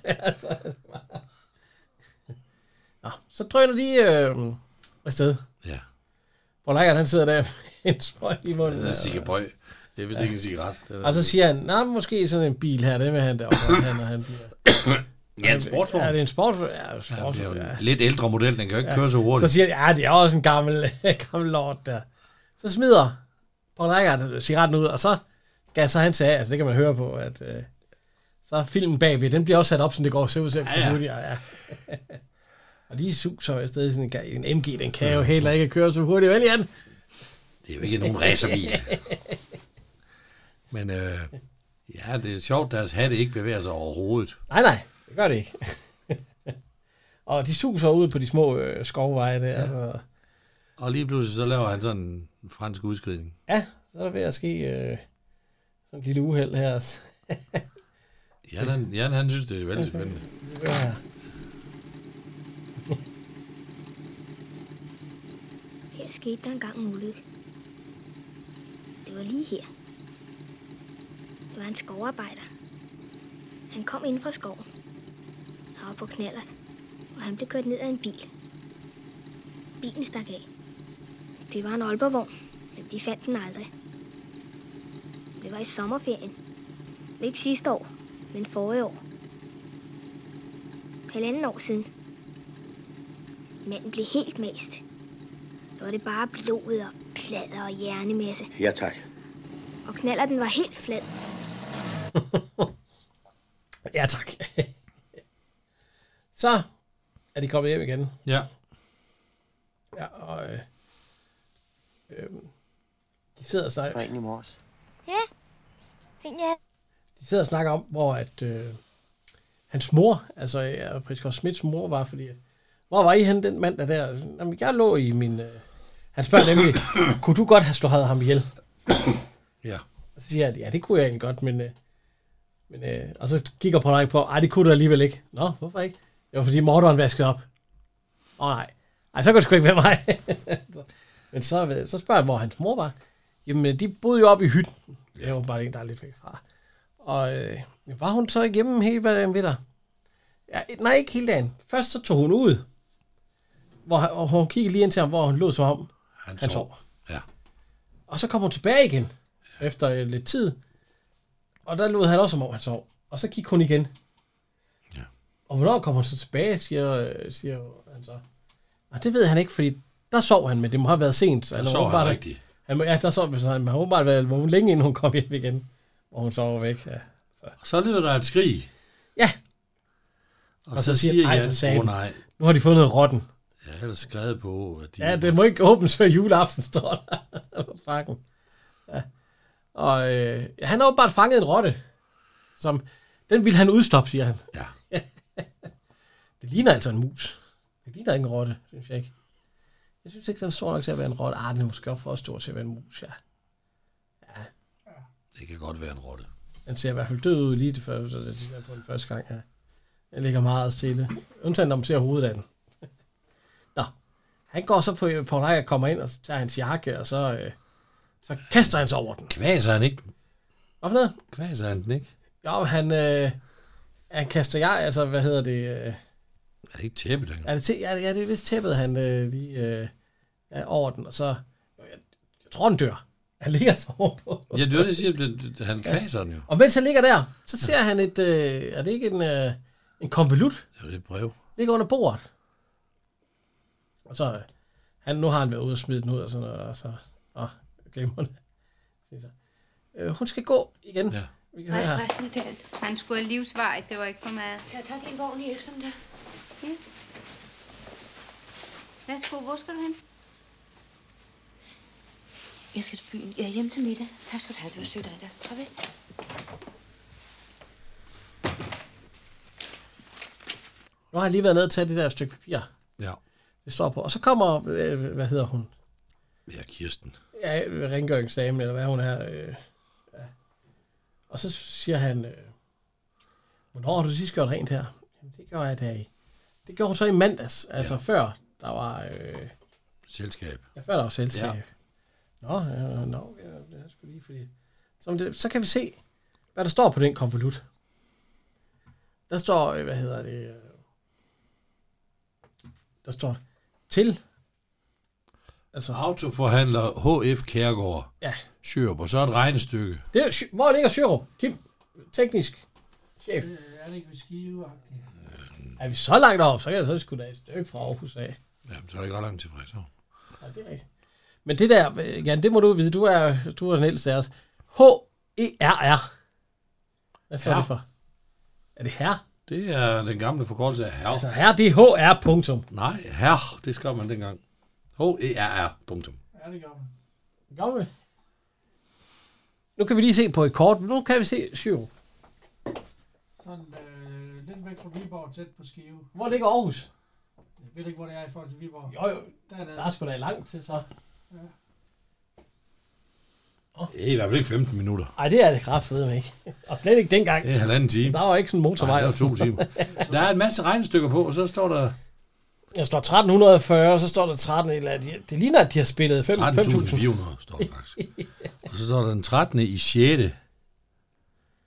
Nå, så drøner de afsted. Ja. Paul Reichhardt, han sidder der med en sprøj i munden. Det er stikkebøj. Det er vist ikke en cigaret. Og så siger han, måske sådan en bil her, det vil han derovre, han bliver... Ja, en sportsvogn. Ja, det er en sportsvogn. Ja, lidt ældre model, den kan jo ikke køre så hurtigt. Så siger han, det er også en gammel lort der. Så smider Paul Reichhardt cigaretten ud, og så gasser han til af, altså det kan man høre på, at så er filmen bagved, den bliver også sat op, som det går, ser ud til at gå hurtigere. Ja. Og de suser jo afsted sådan en MG, den kan jo heller ikke køre så hurtigt, vel Jan? Det er jo ikke nogen racerbil. Men det er sjovt, deres hatte ikke bevæger sig overhovedet. Nej, det gør det ikke. Og de suser ud på de små skovveje der. Ja. Altså. Og lige pludselig så laver han sådan en fransk udskridning. Ja, så er der ved at ske sådan en lille uheld her. Jan, han synes, det er veldig spændende. Ja. Her skete der engang en ulykke. Det var lige her. Det var en skovarbejder. Han kom ind fra skoven. Han var på knallert, og han blev kørt ned af en bil. Bilen stak af. Det var en Aalborgvogn, men de fandt den aldrig. Det var i sommerferien. Ikke sidste år, men forrige år. 1,5 år siden. Manden blev helt mast. Så var det bare blodet og pladder og hjernemasse. Ja, tak. Og knallerten var helt flad. Ja, tak. Så er de kommet hjem igen. Ja. Ja, og de sidder og snakker. Ring i morges. Ja. Ja. De sidder og snakker om, hvor at hans mor, altså Priskov Smits mor var, fordi hvor var I henne den mand der? Jamen, jeg lå i min... Han spørger nemlig, kunne du godt have slået ham ihjel? Ja. Så siger jeg, ja, det kunne jeg egentlig godt, men og så kigger på dig på, ej, det kunne du alligevel ikke. Nå, hvorfor ikke? Det var fordi morderen vaskede op. Nej. Ej, så kunne det sgu ikke være mig. Men så spørger jeg, hvor hans mor var. Jamen, de boede jo oppe i hytten. Det var bare en, der er lidt væk fra. Og var hun så igennem hele dagen ved dig? Ja, nej, ikke hele dagen. Først så tog hun ud, og hun kiggede lige ind til ham, hvor hun lå som om han sov. Ja. Og så kom hun tilbage igen, efter lidt tid. Og der lod han også som om han sov. Og så gik hun igen. Ja. Og hvornår kom hun så tilbage, siger han så. Og det ved han ikke, fordi der sov han, men det må have været sent. Der sov han rigtigt. Der sov han, men hun bare været vågen længe, inden hun kom hjem igen. Og hun sover væk. Ja, så lyder der et skrig. Ja. Og så siger Jan, nej. Nu har de fundet rotten. Ja, jeg har skrevet på, at de... Ja, det må ikke åbnes før juleaften, står der på pakken. Ja. Og han har jo bare fanget en rotte, som... Den vil han udstoppe, siger han. Ja. Det ligner altså en mus. Det ligner ikke en rotte, synes jeg ikke. Jeg synes ikke, den står nok til at være en rotte. Den er måske også for stor til at være en mus, ja. Det kan godt være en rotte. Den ser i hvert fald død ud lige det første, så det er på den første gang, ja. Den ligger meget stille. Undtagen, når man ser hovedet af den. Nå. Han går så på række og kommer ind og tager hans jakke, og så kaster han sig over den. Kvaser han ikke? Hvorfor noget? Kvaser han den ikke? Jo, han kaster altså, hvad hedder det? Er det ikke tæppet? Ja, det er vist tæppet, han lige over den, og så... Jeg tror, den dør. Han ligger så overpå. Ja, det siger, han kvaser den jo. Og mens han ligger der, så ser han et... er det ikke en konvolut? Ja, det er et brev. Ligger under bordet. Og så... nu har han været ude og smide den ud og sådan noget, og så... glemmer det. Hun skal gå igen. Ja. Hvad er stressen i den? Han skulle have livsvarigt, det var ikke for meget. Kan jeg tage din vogn i eftermiddag? Ja. Værsgo, hvor skal du hen? Jeg skal til byen. Jeg er hjemme til middag. Tak skal du have, det var sødt af dig. Farvel. Nu har jeg lige været nede og tage det der stykke papir. Ja. Det står på. Og så kommer, hvad hedder hun? Ja, Kirsten. Ja, rengøringsdamen, eller hvad hun er. Ja. Og så siger han, hvornår har du sidst gjort rent her? Jamen, det gjorde jeg da i. Det gjorde hun så i mandags, altså før der var... selskab. Ja, før der var selskab. Ja. Nå, det er sgu lige fordi... Så kan vi se, hvad der står på den konvolut. Der står, hvad hedder det... Der står til... Altså autoforhandler H.F. Kjærgaard. Ja. Sjørup, og så et regnestykke. Det er, hvor ligger Sjørup? Kim, teknisk chef. Er det ikke ved Skive-agtigt? Er vi så langt op, så kan jeg så sgu da et stykke fra Aarhus af. Jamen, så er det ikke ret langt til Frederikshavn. Ja, det er rigtigt. Men det der, Jan, det må du vide. Du er den ældste af os. H-E-R-R. Hvad står det for? Er det her? Det er den gamle forkortelse af herr. Altså her, det er H-R. Punktum. Nej, herr, det skrev man dengang. H-E-R-R. Punktum. Ja, det gør man. Gør vi? Nu kan vi lige se på et kort. Nu kan vi se Sjørup. Sådan lidt væk fra Viborg, tæt på Skive. Hvor ligger Aarhus? Jeg ved ikke, hvor det er i forhold til Viborg. Jo. Der er sgu da langt til, så. Ja. Det er i hvert fald ikke 15 minutter. Nej, det er det kraftedeme ikke. Og slet ikke dengang. Det er 1,5 time. Der var ikke sådan en motorvej. Nej, der var 2 timer. Der er en masse regnestykker på, og så står der... Der står 1340, og så står der 13 eller andet. Det ligner, at de har spillet 5.400 står der faktisk. Og så står der den 13. i 6.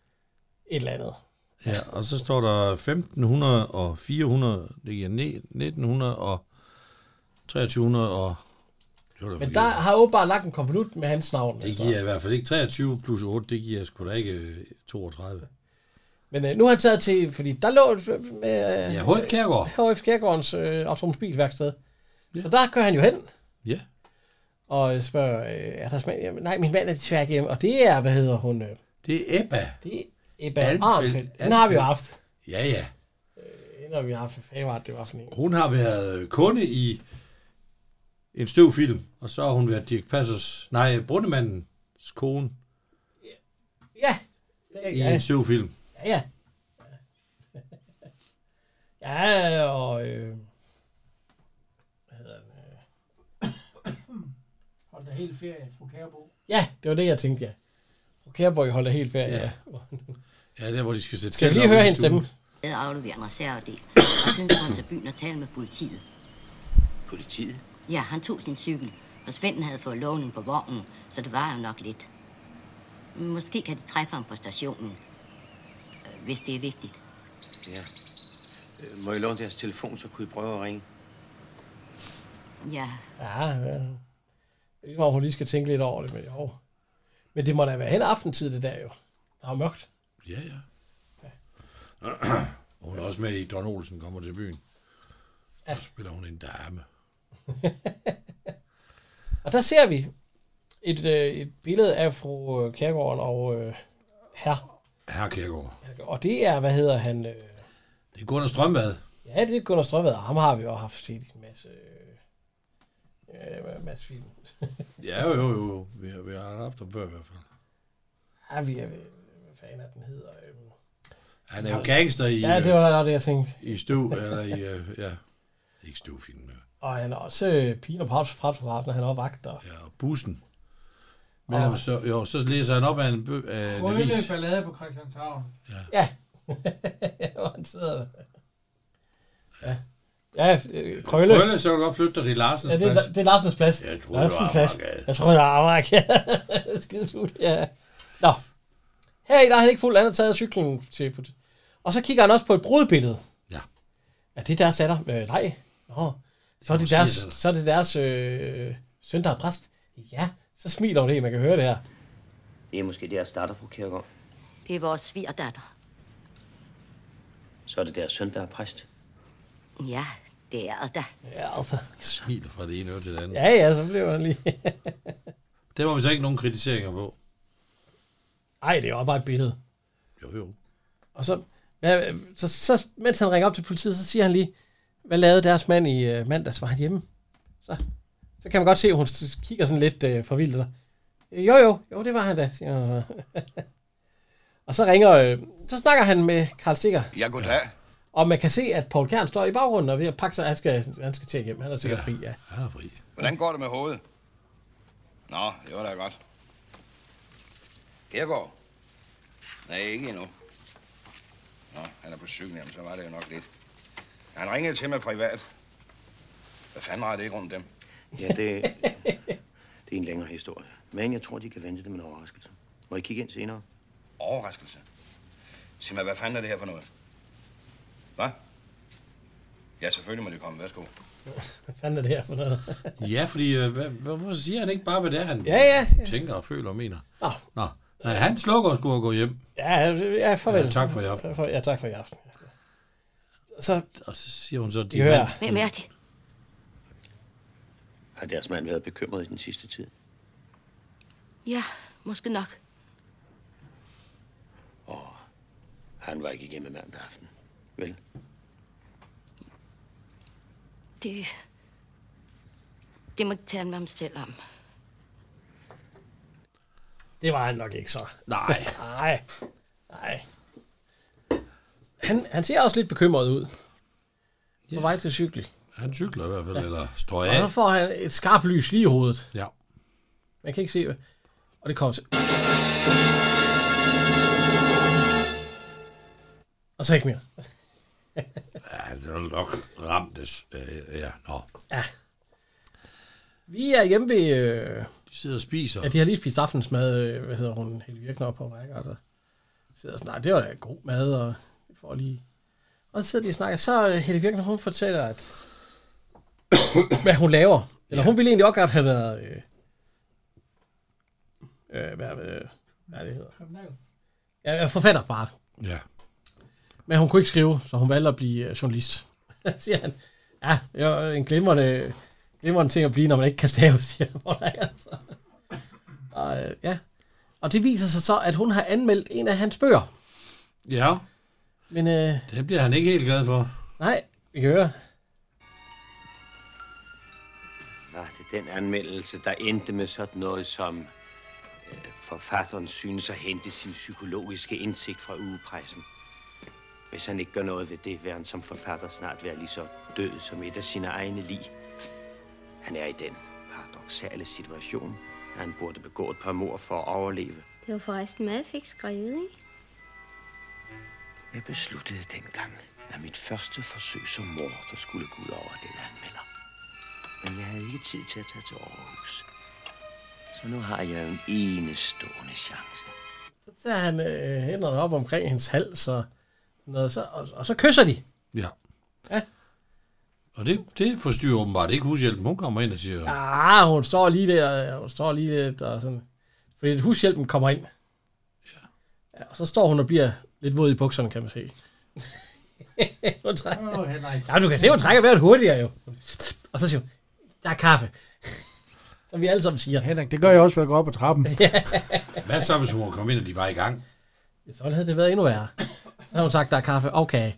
eller andet. Ja, og så står der 1500 og 400, det giver 1900 og 2300 og... Men der har åbenbart lagt en konvolut med hans navn. Det giver i hvert fald ikke 23 plus 8, det giver sgu da ikke 32. Men nu har han taget til, fordi der lå med... HF Kjærgaard. HF Kjærgaardens automobilværksted. Ja. Så der kører han jo hen. Ja. Og spørger, er der smag? Nej, min mand er desværre hjemme. Og det er, hvad hedder hun? Det er Ebba. Det er Ebba Arnfeldt. Den har vi jo haft. Ja, ja. Den har vi haft for favorit, det var for en. Hun har været kunde i en støvfilm, og så har hun været Dirch Passers, Brundemandens kone. Ja. I en støvfilm. Ja. Ja, og... hvad hedder den? Hold da helt ferie, fru Kærbo. Ja, det var det, jeg tænkte, ja. Fru Kærbo holder helt ferie, ja. Ja, der hvor de skal sætte... Skal jeg lige høre hendes stemme? Jeg afleverer en reservedel, og siden skulle han til byen og tale med politiet. Politiet? Ja, han tog sin cykel, og Svenden havde fået lovning på vognen, så det var jo nok lidt. Måske kan de træffe ham på stationen, hvis det er vigtigt. Ja. Må jeg låne deres telefon, så kunne I prøve at ringe? Ja. Ja. Ligesom om hun lige skal tænke lidt over det, men jo. Men det må da være hen aftentid, det der jo. Der er mørkt. Ja. Hun er også med i Don Olsen kommer til byen. Ja. Så spiller hun en dame. Og der ser vi et billede af fru Kjærgaard og Herr Kjærgaard. Og det er, hvad hedder han? Det er Gunnar Strømvad. Ja, det er Gunnar Strømvad, og ham har vi jo haft set en masse film. Ja, jo. Vi har haft ham før i hvert fald. Ja, hvad fanden er den hedder? Han er jo gangster i... Ja, det var det, jeg tænkte. I støv, eller i... ja, ikke støvfilmen. Og han er også pigen og fotografen, han er også vagt. Og... Ja, og bussen. Men så læser han op af en Krølle ballade på Christianshavn. Ja. Hvor han sidder... Ja, Krølle. Krølle, så kan du godt flytte dig, det er Larsens plads. Ja, det er Larsens plads. Jeg troede, det var Amagergade. Jeg troede, det var Amagergade. Skidefuldt, ja. Nå. Her der har han ikke fuldt andet taget cyklen til... Og så kigger han også på et brudebillede. Ja. Er det deres datter? Nej. Nå. Så er det deres søn, der er præst. Ja, så smiler hun det, man kan høre det her. Det er måske deres datter, fru Kjærgaard. Det er vores svigerdatter. Så er det deres søn, der er præst. Ja, det er det. Ja, altså. Smil fra det ene øre til det andet. Ja, så bliver han lige... Det var vi så ikke nogen kritiseringer på. Nej, det er jo bare et billede. Jo. Og så mens han ringer op til politiet, så siger han lige, hvad lavede deres mand i mandags? Var han hjemme? Så kan man godt se, at hun kigger sådan lidt forvildet. Så. Jo, det var han da, siger Og så så snakker han med Karl Stikker. Ja, goddag. Og man kan se, at Poul Kern står i baggrunden og ved at pakke sig, han skal til hjem. Han er sikkert fri, ja. Han er fri. Hvordan går det med hovedet? Nå, det var da godt. Kjærgaard? Nej, ikke endnu. Nå, han er på cyklen, jamen, så var det jo nok lidt. Han ringede til mig privat. Hvad fanden var det ikke rundt dem? Ja, det er en længere historie. Men jeg tror, de kan vente det med en overraskelse. Må I kigge ind senere? Overraskelse? Sig mig, hvad fanden er det her for noget? Hvad? Ja, selvfølgelig må det komme. Værsgo. Hvad fanden er det her for noget? Ja, fordi hvorfor siger han ikke bare, hvad det er, han tænker og føler og mener? Nå. Nej, han slukker sgu og går hjem. Ja, farvel. Ja, tak for i aften. Ja, tak for i aften. Og så siger hun så, Hvem er det? Har deres mand været bekymret i den sidste tid? Ja, måske nok. Og han var ikke hjemme mandag aften, vel? Det må tale med ham selv om. Det var han nok ikke så. Nej. Han ser også lidt bekymret ud. På vej til cykel. Han cykler i hvert fald, eller står af. Og så får han et skarpt lys lige i hovedet. Ja. Man kan ikke se, og det kommer til. Og så ikke mere. Ja, det er nok ramtes. Ja. Vi er hjemme ved... de sidder og spiser. Ja, de har lige spist aftensmad, hvad hedder hun, Helge Virkner på Rækker. sidder og snakker. Det var da god mad, og får lige... Og så sidder de og snakker. Så Helle Virkner, hun fortæller, at hvad hun laver. Eller hun ville egentlig også godt have været... hvad det hedder? Ja, forfatter bare. Ja. Men hun kunne ikke skrive, så hun valgte at blive journalist. Siger han. Ja, det er en glimrende ting at blive, når man ikke kan stave, siger han. Altså. Og, ja. Og det viser sig så, at hun har anmeldt en af hans bøger. Ja. Men det bliver han ikke helt glad for. Nej, vi kan høre. Var det den anmeldelse, der endte med sådan noget som forfatteren synes at hente sin psykologiske indsigt fra ugepressen? Hvis han ikke gør noget ved det, vil han som forfatter snart være lige så død som et af sine egne lig. Han er i den paradoksale situation, at han burde begå et par mord for at overleve. Det var forresten meget fik skrevet, ikke? Jeg besluttede dengang, at mit første forsøg som morder skulle gå ud over den anmelder. Men jeg havde ikke tid til at tage til Aarhus. Så nu har jeg en enestående chance. Så tager han hænderne op omkring hendes hals, og så kysser de. Ja. Ja. Og det forstyrrer åbenbart ikke hushjælpen. Hun kommer ind og siger... Ah, hun står lige der. Hun står lige lidt og sådan. Fordi hushjælpen kommer ind. Ja. Og så står hun og bliver lidt våd i bukserne, kan man se. Hun trækker. Ja, du kan se, hun trækker vejret hurtigere jo. Og så siger hun, der er kaffe. Som vi alle sammen siger. Henrik, det gør jeg også, ved at gå op ad trappen. Hvad så, hvis hun kom ind, og de var i gang? Så havde det været endnu værre. Så har hun sagt, der er kaffe. Okay.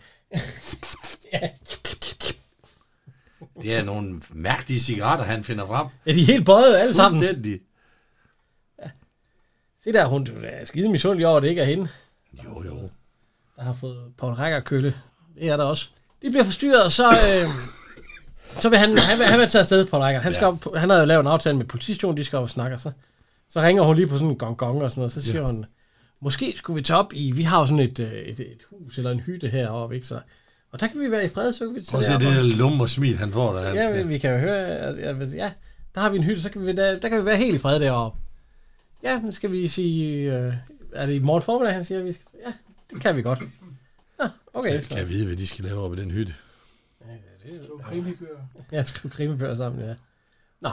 Det er nogle mærkelige cigaretter, han finder frem. Ja, de er helt bøjet alle sammen. Fuldstændig. Ja. Se der, hun er skide misundelig over, at det ikke er hende. Jo. Der har fået Paul Reichhardt kølle. Det er der også. De bliver forstyrret, så vil han vil tage afsted, Paul Reichhardt. Han har jo lavet en aftale med politistationen, de skal jo snakke. Så ringer hun lige på sådan en gong og sådan noget. Så siger hun, måske skulle vi tage op i... Vi har jo sådan et hus eller en hytte heroppe, ikke? Så, og der kan vi være i fred, så kan vi tage. Prøv at se det der lummer smil, han får der. Ja, vi kan jo høre... Ja, der har vi en hytte, så kan vi der kan vi være helt i fred deroppe. Ja, men skal vi sige... er det i morgen formiddag, han siger, vi skal... Ja, det kan vi godt. Ja, okay. Så kan jeg vide, hvad de skal lave op i den hytte? Ja, det er jo krimibøger. Ja, skrive krimibøger sammen, ja. Nå.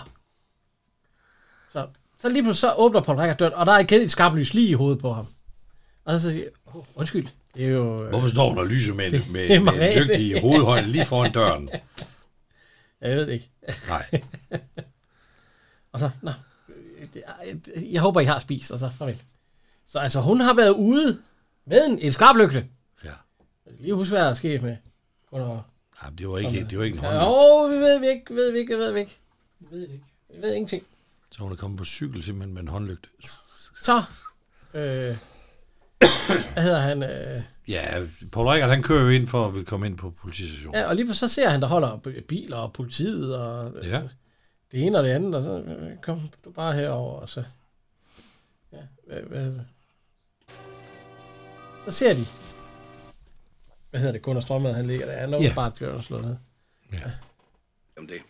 Så lige pludselig så åbner Paul Reichhardt døren, og der er igen et skarpt lys lige i hovedet på ham. Og så siger undskyld, det er jo... Hvorfor står hun og lyser med en lygte i hovedhøjde lige foran døren? Jeg ved ikke. Nej. Og så, jeg håber, I har spist, og så farvel. Så altså, hun har været ude med en skarplygte. Ja. Lige husk, hvad der er sket med Gunnar. Nej, det var ikke en håndlygte. Vi ved ikke. Vi ved det ikke. Vi ved ingenting. Så hun er kommet på cykel simpelthen med en håndlygte. Så, hvad hedder han? Ja, Paul Reichhardt, han kører jo ind for at vil komme ind på politistationen. Ja, og lige så ser han, der holder biler og politiet og det ene og det andet, og så kom du bare herover og så... Ja, hvad så ser de... Hvad hedder det? Gunnar Strømad, han ligger der. Han er bare gjort og slået ned. Ja. Om det.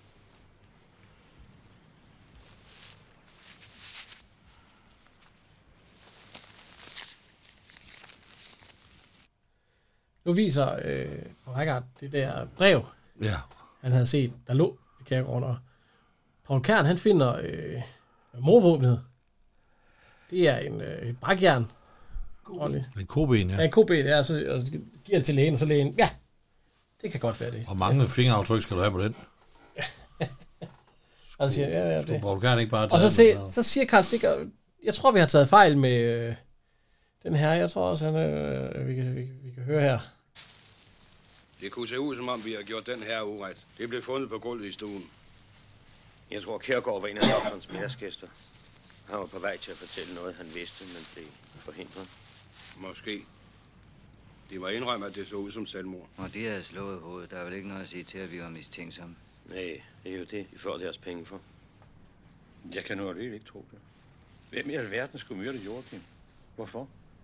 Nu viser Reichhardt det der brev, han havde set, der lå i kirkegården. Og Paul Kern, han finder morvåbnet. Det er et brækjern. En koben, ja. En koben, ja. Så giver det til lægen, og så lægen, ja, det kan godt være det. Og mange fingeraftryk skal du have på den. Og så siger ja, det. Paul Kern ikke bare og så siger Karl Stikker, jeg tror, vi har taget fejl med den her. Jeg tror også, vi kan høre her. Det kunne se ud, som om vi har gjort den her uret. Det blev fundet på gulvet i stuen. Jeg tror, Kjærgaard var en af doktorens middagsgæster. Han var på vej til at fortælle noget, han vidste, men blev forhindret. Måske. De må indrømme, at det så ud som selvmord. Og det er slået hovedet. Der er vel ikke noget at sige til, at vi var mistænksomme. Nej, det er jo det, I får deres penge for. Jeg kan nu alligevel ikke tro det. Hvem i alverden skulle myrde Joachim? Hvorfor?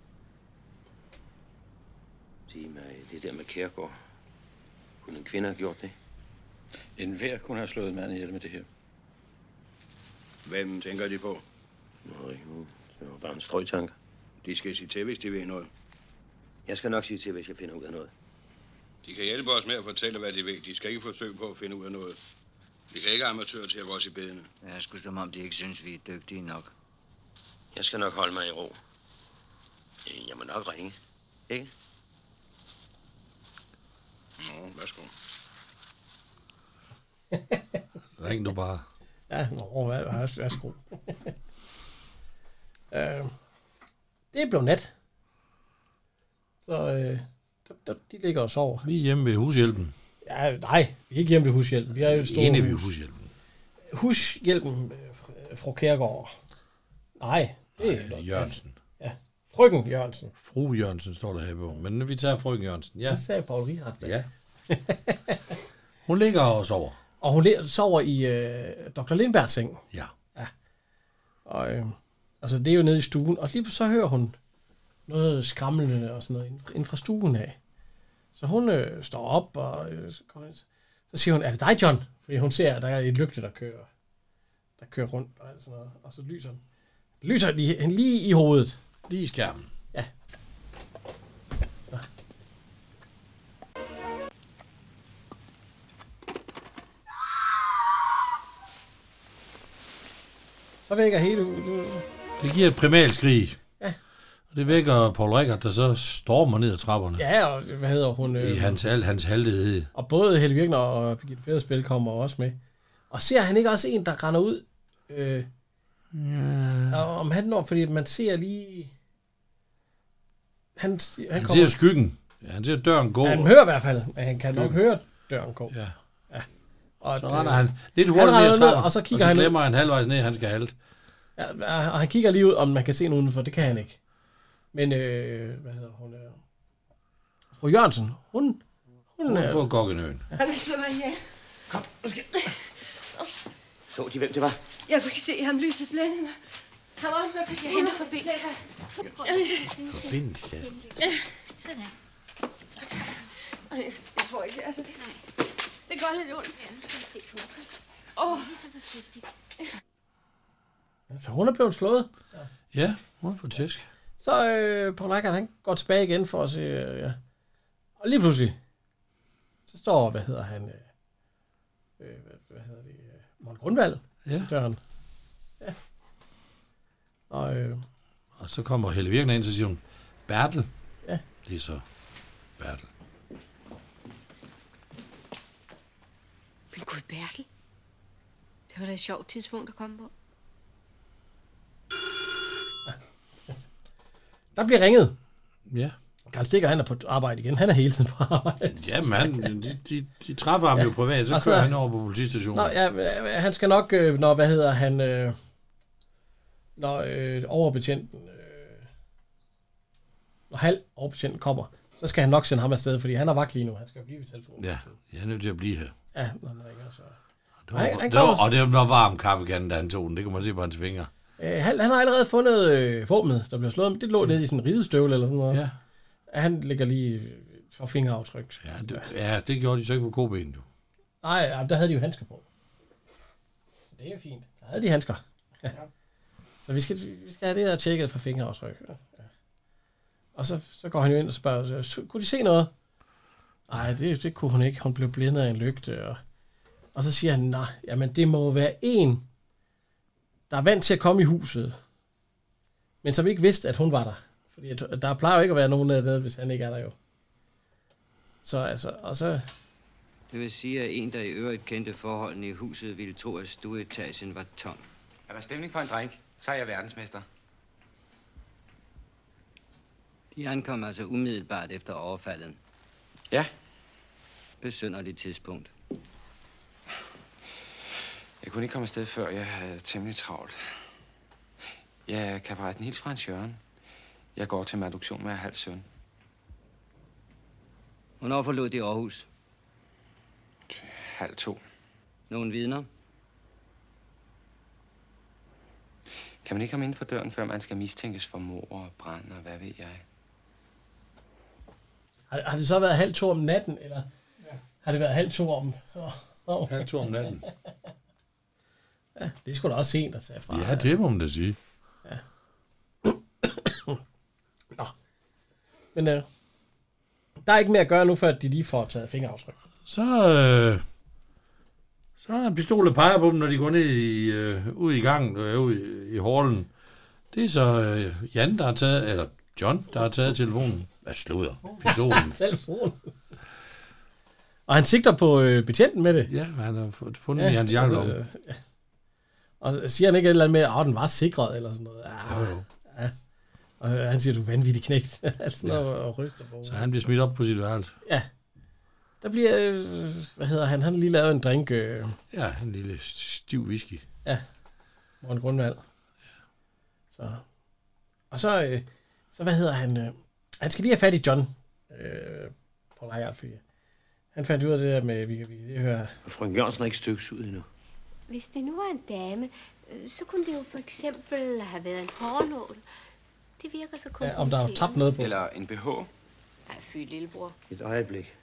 Sig mig, det der med Kjærgaard. Kunne en kvinde have gjort det? Enhver kunne have slået manden ihjel med det her. Hvem tænker de på? Nej, det var bare en strøgtanke. De skal sige til, hvis de ved noget. Jeg skal nok sige til, hvis jeg finder ud af noget. De kan hjælpe os med at fortælle, hvad de ved. De skal ikke forsøge på at finde ud af noget. Vi kan ikke amatører til at vores i bedene. Ja, sgu som om de ikke synes, vi er dygtige nok. Jeg skal nok holde mig i ro. Jeg må nok ringe, ikke? Nå, værsgo. Ring du bare. Ja, værsgo. Det blev nat. Så de ligger og sover. Vi er hjemme ved hushjælpen. Ja, nej, vi er ikke hjemme ved hushjælpen. Vi er jo inde ved hushjælpen. Hushjælpen, fru Kjærgaard. Nej, det er Jørgensen. Ja, frøken Jørgensen. Fru Jørgensen står der her på. Men vi tager frøken Jørgensen. Ja. Det sagde Paul Richard. Ja. Hun ligger og sover. Og hun sover i Dr. Lindbergs seng. Ja. Og altså, det er jo nede i stuen. Og lige så hører hun noget skramlende og sådan noget inden fra stuen af. Så hun står op, og så siger hun, er det dig, John? Fordi hun ser, at der er et lygte, der kører rundt og alt sådan noget. Og så lyser den. Det lyser lige i hovedet. Lige i skærmen. Ja. Så vækker hele... Det giver et primalskrig. Ja. Og det vækker Paul Richard, der så stormer ned ad trapperne. Ja, og hvad hedder hun? I hans halvdighed. Og både Helle Virkner og Birgitte Federspil kommer også med. Og ser han ikke også en, der render ud? Om han når, fordi man ser lige... Han ser skyggen. Ja, han ser døren gå. Han hører i hvert fald, men han kan nok høre døren gå. Ja. Og så render han lidt hurtigt ned ad trappen, og så kigger han glemmer han halvvejs ned, han skal halte. Ja, og han kigger lige ud, om man kan se nogen udenfor. Det kan han ikke. Men, hvad hedder hun? Fru Jørgensen, hun får gokkenøen. Han vil slå mig ihjel. Kom, nu skal... Så de, hvem det var? Jeg kunne ikke se ham, lyset blændede mig. Han var med på Jeg henter forbindelseskasken. Forbindelseskasken? Sådan her. Jeg tror ikke, altså... Det gør lidt ondt. Ja, nu skal vi se på. Lige så forsigtigt. Så hun er blevet slået. Ja, hun har fået tæsk. Så Paul Richard, han går tilbage igen for at se... ja. Og lige pludselig, så står, hvad hedder han... hvad hedder det? Morten Grundvald. Ja. Døren. Ja. Og så kommer Helle Virkner ind, så siger hun, Bertel. Ja. Det er så Bertel. Men gud, Bertel. Det var da et sjovt tidspunkt at komme på. Der bliver ringet. Ja. Karl Stikker, han er på arbejde igen. Han er hele tiden på arbejde. Ja, mand. De træffer ham jo privat, så kører han over på politistationen. Nå, ja, han skal nok, når, hvad hedder han, når overbetjenten, når halv overbetjenten kommer, så skal han nok sende ham afsted, fordi han har vagt lige nu. Han skal jo blive ved telefonen. Ja, jeg er nødt til at blive her. Ja, når han ringer, så... Og det var varm kaffekanden, da han tog den. Det kan man se på hans fingre. Han har allerede fundet våbnet, der blev slået. Det lå nede i sådan en ridestøvle eller sådan noget. Ja. Han ligger lige for fingeraftryk. Ja, det gjorde de så ikke på kobenet, jo. Nej, der havde de jo handsker på. Så det er fint. Der havde de handsker. Ja. Så vi skal have det her tjekket for fingeraftryk. Ja. Og så går han jo ind og spørger, kunne de se noget? Nej, det kunne hun ikke. Hun blev blændet af en lygte. Og så siger han, nej, jamen det må være en, der er vant til at komme i huset, men som ikke vidste, at hun var der. Fordi der plejer jo ikke at være nogen af det, hvis han ikke er der jo. Så altså, og så... Det vil sige, at en, der i øvrigt kendte forholdene i huset, ville tro, at stueetagen var tom. Er der stemning for en drink, så er jeg verdensmester. De ankom altså umiddelbart efter overfaldet. Ja. Besynderligt tidspunkt. Jeg kunne ikke komme afsted før, jeg havde temmelig travlt. Jeg kan forresten hilse fra Hans Jørgen. Jeg går til adoption med halv søn. Hvornår forlod de Aarhus? 1:30. Nogle vidner? Kan man ikke komme ind for døren, før man skal mistænkes for mord og brand, og hvad ved jeg? Har det så været 1:30 om natten, eller har det været 1:30 om... 1:30 om natten. Ja, det er sgu da også sent at sige fra. Ja, det må man da sige. Ja. Nå. Men Der er ikke mere at gøre nu, før de lige får taget fingeraftryk. Så er der en pistol, der peger på dem, når de går ned ude i gangen, ude i hallen. Det er så Jan, der har taget, eller John, der har taget telefonen. Hvad slutter? Pistolen. Telefonen. Og han sigter på betjenten med det. Ja, han har fundet i hans jakkelomme. Ja. Og så siger han ikke et eller andet med, at den var sikret, eller sådan noget. Jo. Ja. Og han siger, du er vanvittig knægt. Altså noget, og ryster på. Så han bliver smidt op på sit værelse. Ja. Der bliver, hvad hedder han? Han har lige lavet en drink. Ja, en lille stiv whisky. Ja. Morgen Grundvald. Ja. Så hvad hedder han? Han skal lige have fat i John. Paul Reichhardt, fordi han fandt ud af det der med, vi kan høre. Frøken Jørgensen er ikke stykkes ud endnu. Hvis det nu var en dame, så kunne det jo for eksempel have været en hårnål. Det virker så komplicerende. Ja, om der er tabt noget på. Eller en BH. Nej, fy, lillebror. Et øjeblik.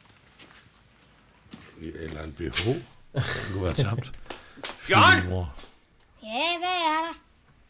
Eller en BH. Den kunne være tabt. John! Ja, hvad er der?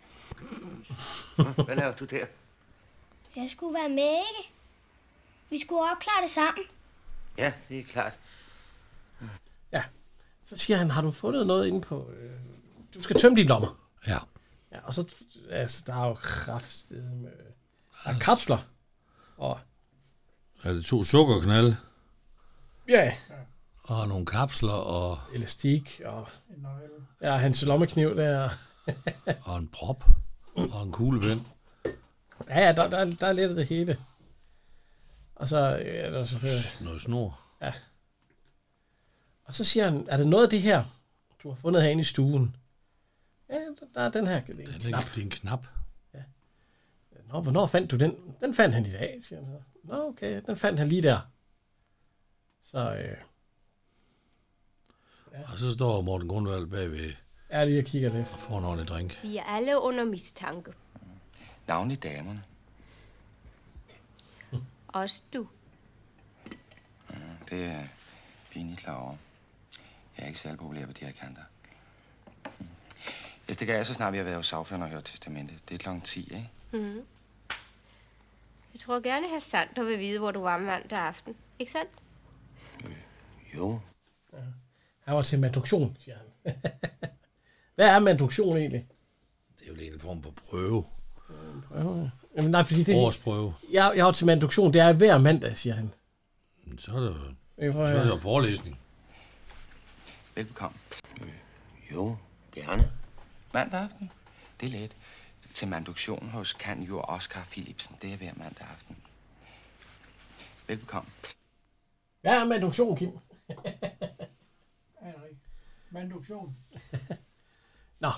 Hvad laver du der? Jeg skulle være med, ikke? Vi skulle opklare det sammen. Ja, det er klart. Ja. Så siger han, har du fundet noget inde på... du skal tømme dine lommer. Ja. Ja, og så... Altså, der er jo kraftsted med... Der er kapsler. Og... Er det 2 sukkerknalde? Ja. Og nogle kapsler og... Elastik og... Ja, hans lommekniv der. og en prop. Og en kuglepen. Ja, der er lidt af det hele. Og så er der selvfølgelig... Noget snor. Ja. Og så siger han, er det noget af det her, du har fundet herinde i stuen? Ja, der er den her. Det er en knap. Ja. Nå, hvornår fandt du den? Den fandt han i dag, siger han så. Nå, okay, den fandt han lige der. Så, ja. Og så står Morten Grundvald bagved. Ja, lige og kigger lidt. Og får en ordentlig drink. Vi er alle under mistanke. Navnlig damerne. Også du. Det er pinligt klar over. Jeg er ikke særlig populær på de her kanter. Jeg stikker af, så snart vi har været hos sagføreren og hørt testamentet. Det er klokken 10, ikke? Mm-hmm. Jeg tror gerne, at hr. Sander vil vide, hvor du var mandag aften. Ikke sandt? Jo. Ja. Han var til manduktion, siger han. Hvad er manduktion egentlig? Det er jo en form for prøve. Prøve, ja. Jamen, nej, fordi det... Årsprøve. Jeg var til manduktion. Det er hver mandag, siger han. Så er det jo forelæsning. Velbekomme. Jo, gerne. Mandag aften? Det er let. Til manduktion hos kanjur Oscar Philipsen. Det er hver mandag aften. Velbekomme. Hvad er manduktion, Kim? Manduktion. Nå.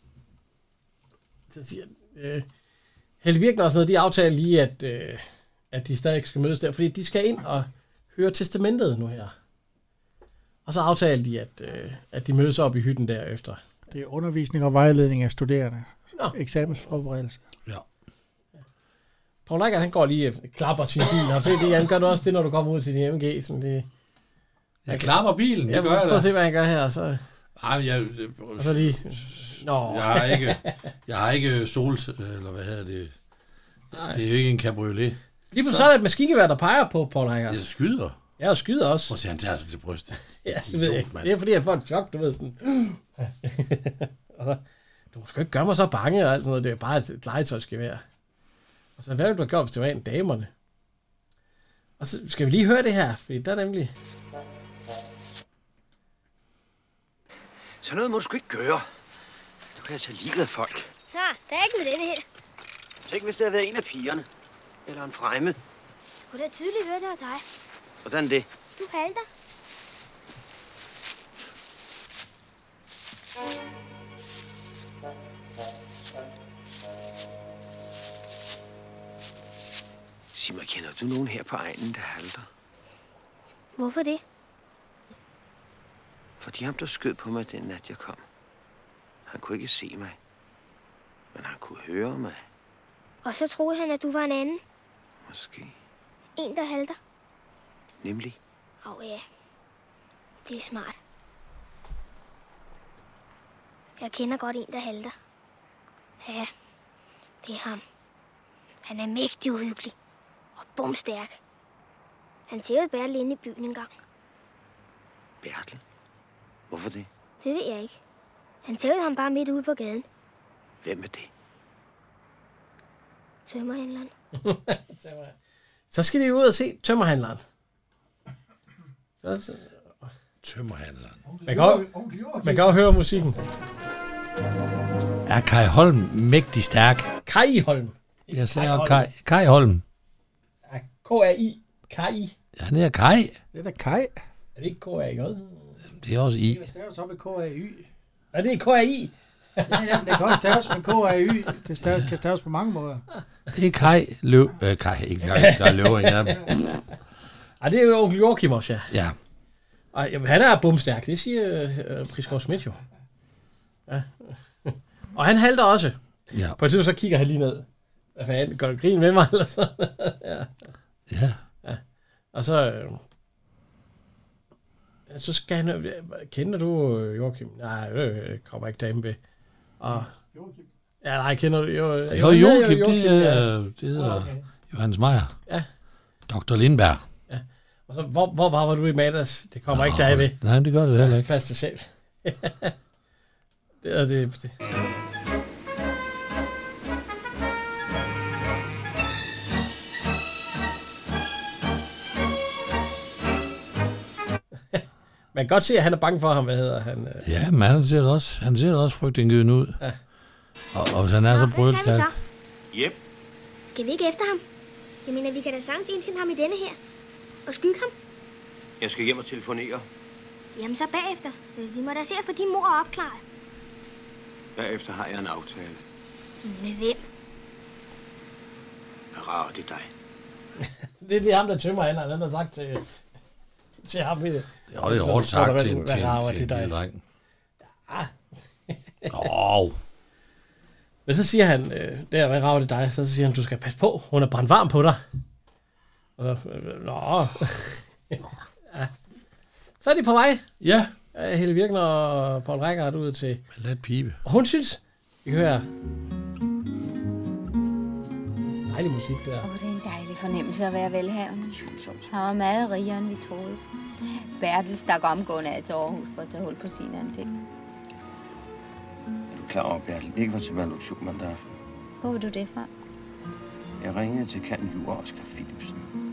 Så siger Helle Virkner og sådan noget, de aftaler lige, at de stadig skal mødes der, fordi de skal ind og høre testamentet nu her. Og så aftaler de, at de mødes op i hytten derefter. Det er undervisning og vejledning af studerende. Nå. Eksamensforberedelse. Ja. Paul Reichhardt, han går lige og klapper sin bil. Har du set det? Han gør du også det, når du kommer ud til din MG. Sådan det. Jeg klapper bilen, det gør jeg da. Prøv at se, hvad han gør her. Så... Ej, og så lige... Nå. Jeg har ikke eller hvad hedder det? Nej. Det er jo ikke en cabriolet. Lige så er der et maskingevær, der peger på Paul Reichhardt. Jeg skyder. Ja, og skyder også. Prøv at se, han tager sig til brystet. Ja, det ved jeg ikke. Det er fordi, han får et chok, du ved sådan. Du skal ikke gøre mig så bange og alt sådan noget. Det er bare et legetøjsgevær. Og så hvad ville du have gjort, hvis det var en af damerne? Og så skal vi lige høre det her, fordi der er nemlig... Så noget må du sgu ikke gøre. Du kan altså livet af folk. Ja, der er ikke med denne her. Tænk, hvis det havde været en af pigerne. Eller en fremme. Kunne da tydeligt høre, det var dig. Hvordan det? Du halter. Sig mig, kender du nogen her på egnen, der halter? Hvorfor det? Fordi ham, der skød på mig den nat, jeg kom. Han kunne ikke se mig. Men han kunne høre mig. Og så troede han, at du var en anden. Måske. En, der halter. Nemlig? Ja. Det er smart. Jeg kender godt en, der halter. Ja, det er ham. Han er mægtig uhyggelig. Og bumstærk. Han tævede Bertel inde i byen en gang. Bertel? Hvorfor det? Det ved jeg ikke. Han tævede ham bare midt ude på gaden. Hvem er det? Tømmerhandleren. Så skal de ud og se tømmerhandleren. Tømmerhandleren. Man kan også høre musikken. Er Kai Holm mægtig stærk? Kai Holm. Jeg sagde Kai Holm. K-A-I. Kai. Ja, han hedder Kai. Det er da Kai. Er det ikke K-A-J? Det er også I. Det staves op med K-A-Y. Er det K-A-I? Ja, det kan også staves med K-A-Y. Det kan staves på mange måder. Det er Kai Løv. Kai, ikke Kai. Der er Løvring, ja. Ej, det er jo onkel Joachim også, ja. Ja. Ej, jamen, han er bumstærk, det siger Prisgaard Schmidt jo. Ja. Og han halter også. Ja. På et tidspunkt så kigger han lige ned. Hvad fanden, gør du grin med mig? Eller så? Ja. Og så skal han... Kender du Joachim? Nej, det kommer ikke dame ved. Og... Joachim? Ja, nej, kender du... Joachim, det hedder Johannes Meyer. Ja. Dr. Lindberg. Ja. Og så, hvor var du i mandags? Det kommer ikke der ved. Nej, det gør det heller ikke. Pas dig selv. det. Man kan godt se, at han er bange for ham. Hvad hedder han? Ja, men han ser det også frygtindgydende ud. Ja. Og hvis han er så brølstærk. Hvad skal vi så? Yep. Skal vi ikke efter ham? Jeg mener, vi kan da sagtens indhente ham i denne her. Og skygge ham. Jeg skal hjem og telefonere. Jamen så bagefter. Vi må da se at få de mord opklaret. Bagefter har jeg en aftale. Med hvem? Rar, det er dig. Det er ham, der tømmer han har sagt til ham i det. Ja, det er hårdt sagt til en lille dreng. Ja. Men så siger han, hvad rager det dig? Så siger han, du skal passe på, hun er brændt varm på dig. Og så, ja. Så er de på vej. Ja. Helle Virkner og Paul Reichhardt ud til... Lad pibe. Og hun synes, vi hører... Dejlig musik der. Det er en dejlig fornemmelse at være velhavende. Han var meget rigere, end vi troede. Bertel stak omgående af til Aarhus for at tage hul på sin andel. Du er klar over, Bertel ikke var til manduktion mandag aften. Hvor var du det fra? Jeg ringede til Kan Jur og Oscar Philipsen.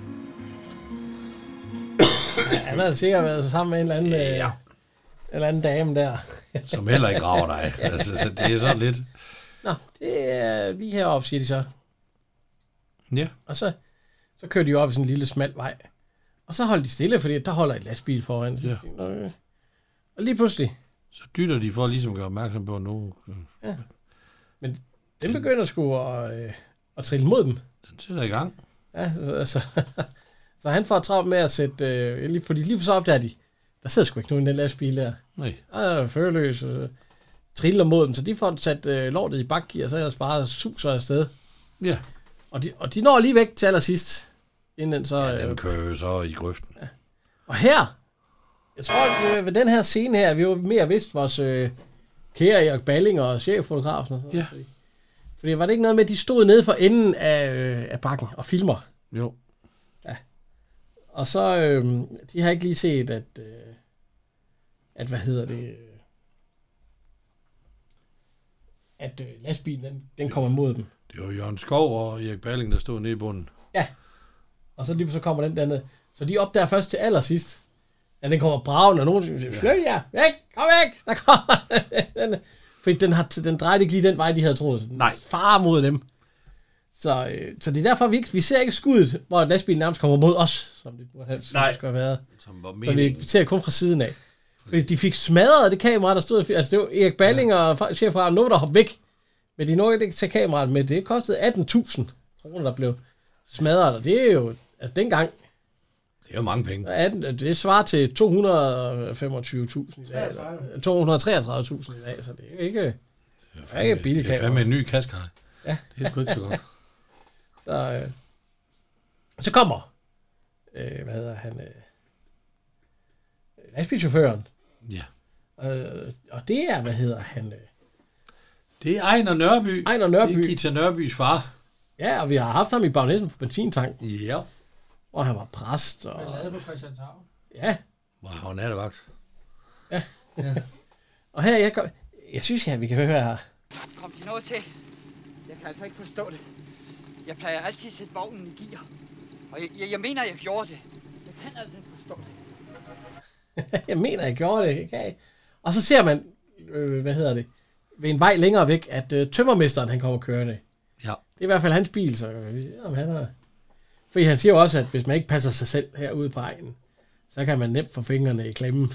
Han har sikkert været sammen med en eller anden dame der. Som heller ikke rager dig. Altså, så det er sådan lidt... Nå, det er lige heroppe, siger de så. Ja. Og så kører de op i sådan en lille smal vej. Og så holder de stille, fordi der holder et lastbil foran. Ja. Og lige pludselig... Så dytter de for ligesom at gøre opmærksom på nu. Ja. Men den begynder sgu at trille mod dem. Den sætter i gang. Ja, så han får travlt med at sætte... fordi lige så opdager de, der sidder sgu ikke nogen i den lastbil der. Nej. Der er førerløs og triller mod dem, så de får sat lortet i bakgear, og så ellers bare suser afsted. Ja. Og de når lige væk til allersidst. Inden så... Ja, den kører jo så i grøften. Ja. Og her, jeg tror, ved den her scene her, vi jo mere vidst vores kære Erik Balling og cheffotografen. Og sådan, ja. Fordi var det ikke noget med, at de stod nede for enden af bakken og filmer? Jo. Ja. Og så, de har ikke lige set, at hvad hedder det, at lastbilen, den kommer mod dem. Det var Jørgen Skov og Erik Balling, der stod nede i bunden. Ja. Og så lige så kommer den dernede. Så de opdager først til allersidst, at den kommer braven, og nogen siger, flyt jer, væk, kom væk, der kommer den. Fordi den drejede ikke lige den vej, de havde troet. Nej. Far mod dem. Så det er derfor, vi ser ikke skuddet, hvor lastbilen nærmest kommer mod os, som det burde have skulle have været. Som var meningen. Så vi ser kun fra siden af. Fordi de fik smadret det kamera, der stod. Altså det var Erik Balling og cheffotografen, nogen der hoppede væk. Men de nåede ikke tage kameraet med. Det kostede 18.000 kroner, der blev smadret. Og det er jo, altså dengang... Det er jo mange penge. Det svarer til 225.000 i dag. 233.000 i dag, så det er jo ikke... Det er ikke billigt kamera. Det er fandme en ny kaskar. Ja. Det er sgu ikke så godt. Så kommer... hvad hedder han... lastbilchaufføren. Ja. Og det er, hvad hedder han... Det er Ejner Nørby. Ejner Nørby. Det er Gita Nørbys far. Ja, og vi har haft ham i Bagnessen på benzintanken. Ja. hvor han var præst. Og... Ballade på Christianshavn. Ja. Hvor han var nattevagt. Ja. Og her, jeg synes, vi kan høre her. Kom de noget til? Jeg kan altså ikke forstå det. Jeg plejer altid at sætte vognen i gear. Og jeg mener, jeg gjorde det. Jeg kan altså ikke forstå det. Jeg mener, jeg gjorde det. Okay. Og så ser man, ved en vej længere væk, at tømmermesteren, han kommer kørende. Ja. Det er i hvert fald hans bil, så om han er... Fordi han siger jo også, at hvis man ikke passer sig selv herude på egnen, så kan man nemt få fingrene i klemmen.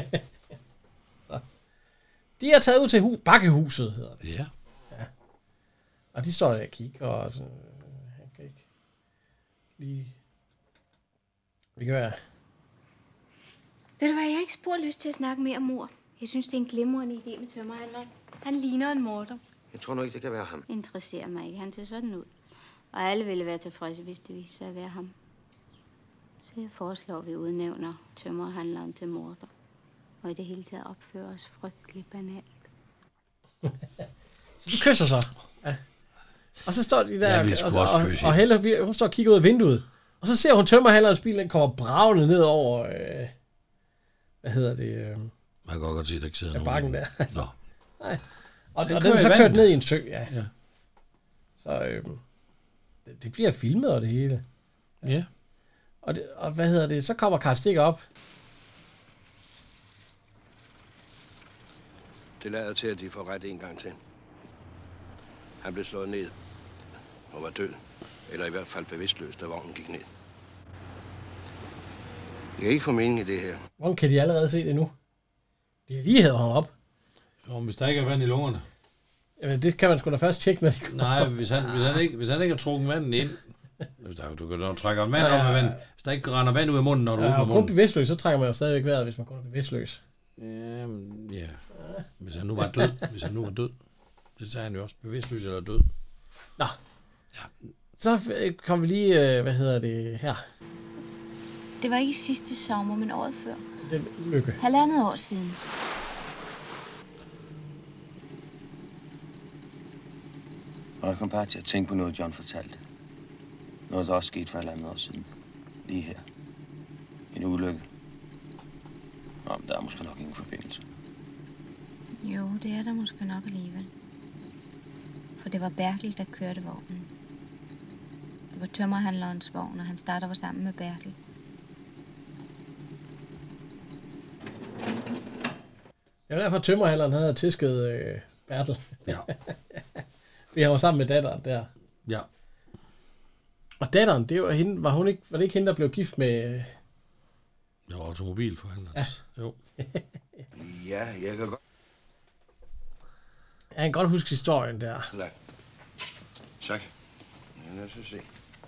De er taget ud til Bakkehuset, hedder det. Ja. Og de står der og kigger, og sådan, han kan ikke lige... Vi kan være... Ved du hvad, jeg har ikke spor lyst til at snakke mere om mor. Jeg synes, det er en glimrende idé med tømmerhandleren. Han ligner en morder. Jeg tror nu ikke, det kan være ham. Interesserer mig ikke. Han ser sådan ud. Og alle ville være tilfredse, hvis det viste sig at være ham. Så jeg foreslår, at vi udnævner tømmerhandleren til morder. Og i det hele taget opfører os frygteligt banalt. Så de kysser sig. Ja. Og så står de der, ja, og Helle, hun står og kigger ud af vinduet. Og så ser hun tømmerhandlerens bil, den kommer bravende ned over, man kan godt se, der ikke sidder nogen. Bakken der. Nå. Nej. Og den er så kørt ned i en sø, ja. Så det bliver filmet og det hele. Ja. Og så kommer Karl Stikker op. Det lader til, at de får ret en gang til. Han blev slået ned og var død. Eller i hvert fald bevidstløs, da vognen gik ned. Jeg kan ikke få mening i det her. Hvordan kan de allerede se det nu? De lige hævet ham op. Jo, hvis der ikke er vand i lungerne. Jamen, det kan man sgu da først tjekke, når de kommer. Nej, hvis han ikke har trukket vandet ind. Du kan trække vand op med vand. Hvis der ikke render vand ud af munden, når du åbner munden. Kun bevidstløs, så trækker man jo stadigvæk vejret, hvis man kun er bevidstløs. Ja. Hvis han nu var død. Det sagde han jo også. Bevidstløs eller død. Nå. Ja. Så kom vi lige, her. Det var ikke sidste sommer, men året før. Den lykke. 1,5 år siden. Og jeg kom bare til at tænke på noget, John fortalte. Noget, der også skete for 1,5 år siden. Lige her. En ulykke. Nå, men der er måske nok ingen forbindelse. Jo, det er der måske nok alligevel. For det var Bertel, der kørte vognen. Det var tømmerhandlerens vogn, og hans datter var sammen med Bertel. Det var derfor, tømmerhandleren havde tisket Bertel. Ja. Fordi han var sammen med datteren der. Ja. Og datteren, det var hende, var det ikke hende, der blev gift med... Jo, automobilforhandleren. Ja. Jo. Ja, jeg kan godt... Jeg kan godt huske historien der. Nej. Tak. Ja, lad os se.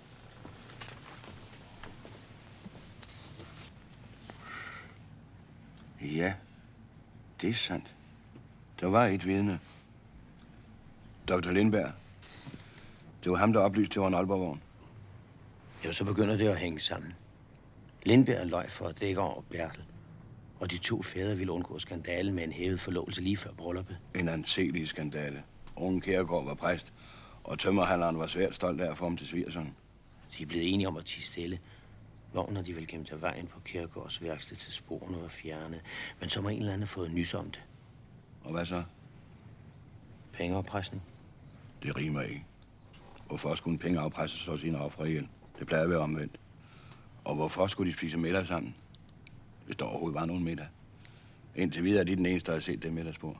Ja, det er sandt. Der var et vidne. Dr. Lindberg. Det var ham, der oplyste, det var en Aalborg-vogn. Jo, så begynder det at hænge sammen. Lindberg løj for at dække over Bertel. Og de 2 fædre ville undgå skandalen med en hævet forlovelse lige før brylluppet. En anselig skandale. Ungen Kjærgaard var præst, og tømmerhandleren var svært stolt af at få ham til svigersøn. De er blevet enige om at tie stille. Vognen de ville gennem vejen på Kjærgaards værksted til sporene var fjernet. Men så må en eller anden have fået nys om det. Og hvad så? Pengeafpresning. Det rimer ikke. Hvorfor skulle en pengeafpresser slå sine ofre ihjel? Det plejer at være omvendt. Og hvorfor skulle de spise middag sammen? Hvis der overhovedet var nogen middag. Indtil videre er de den eneste, der har set det middagsbord.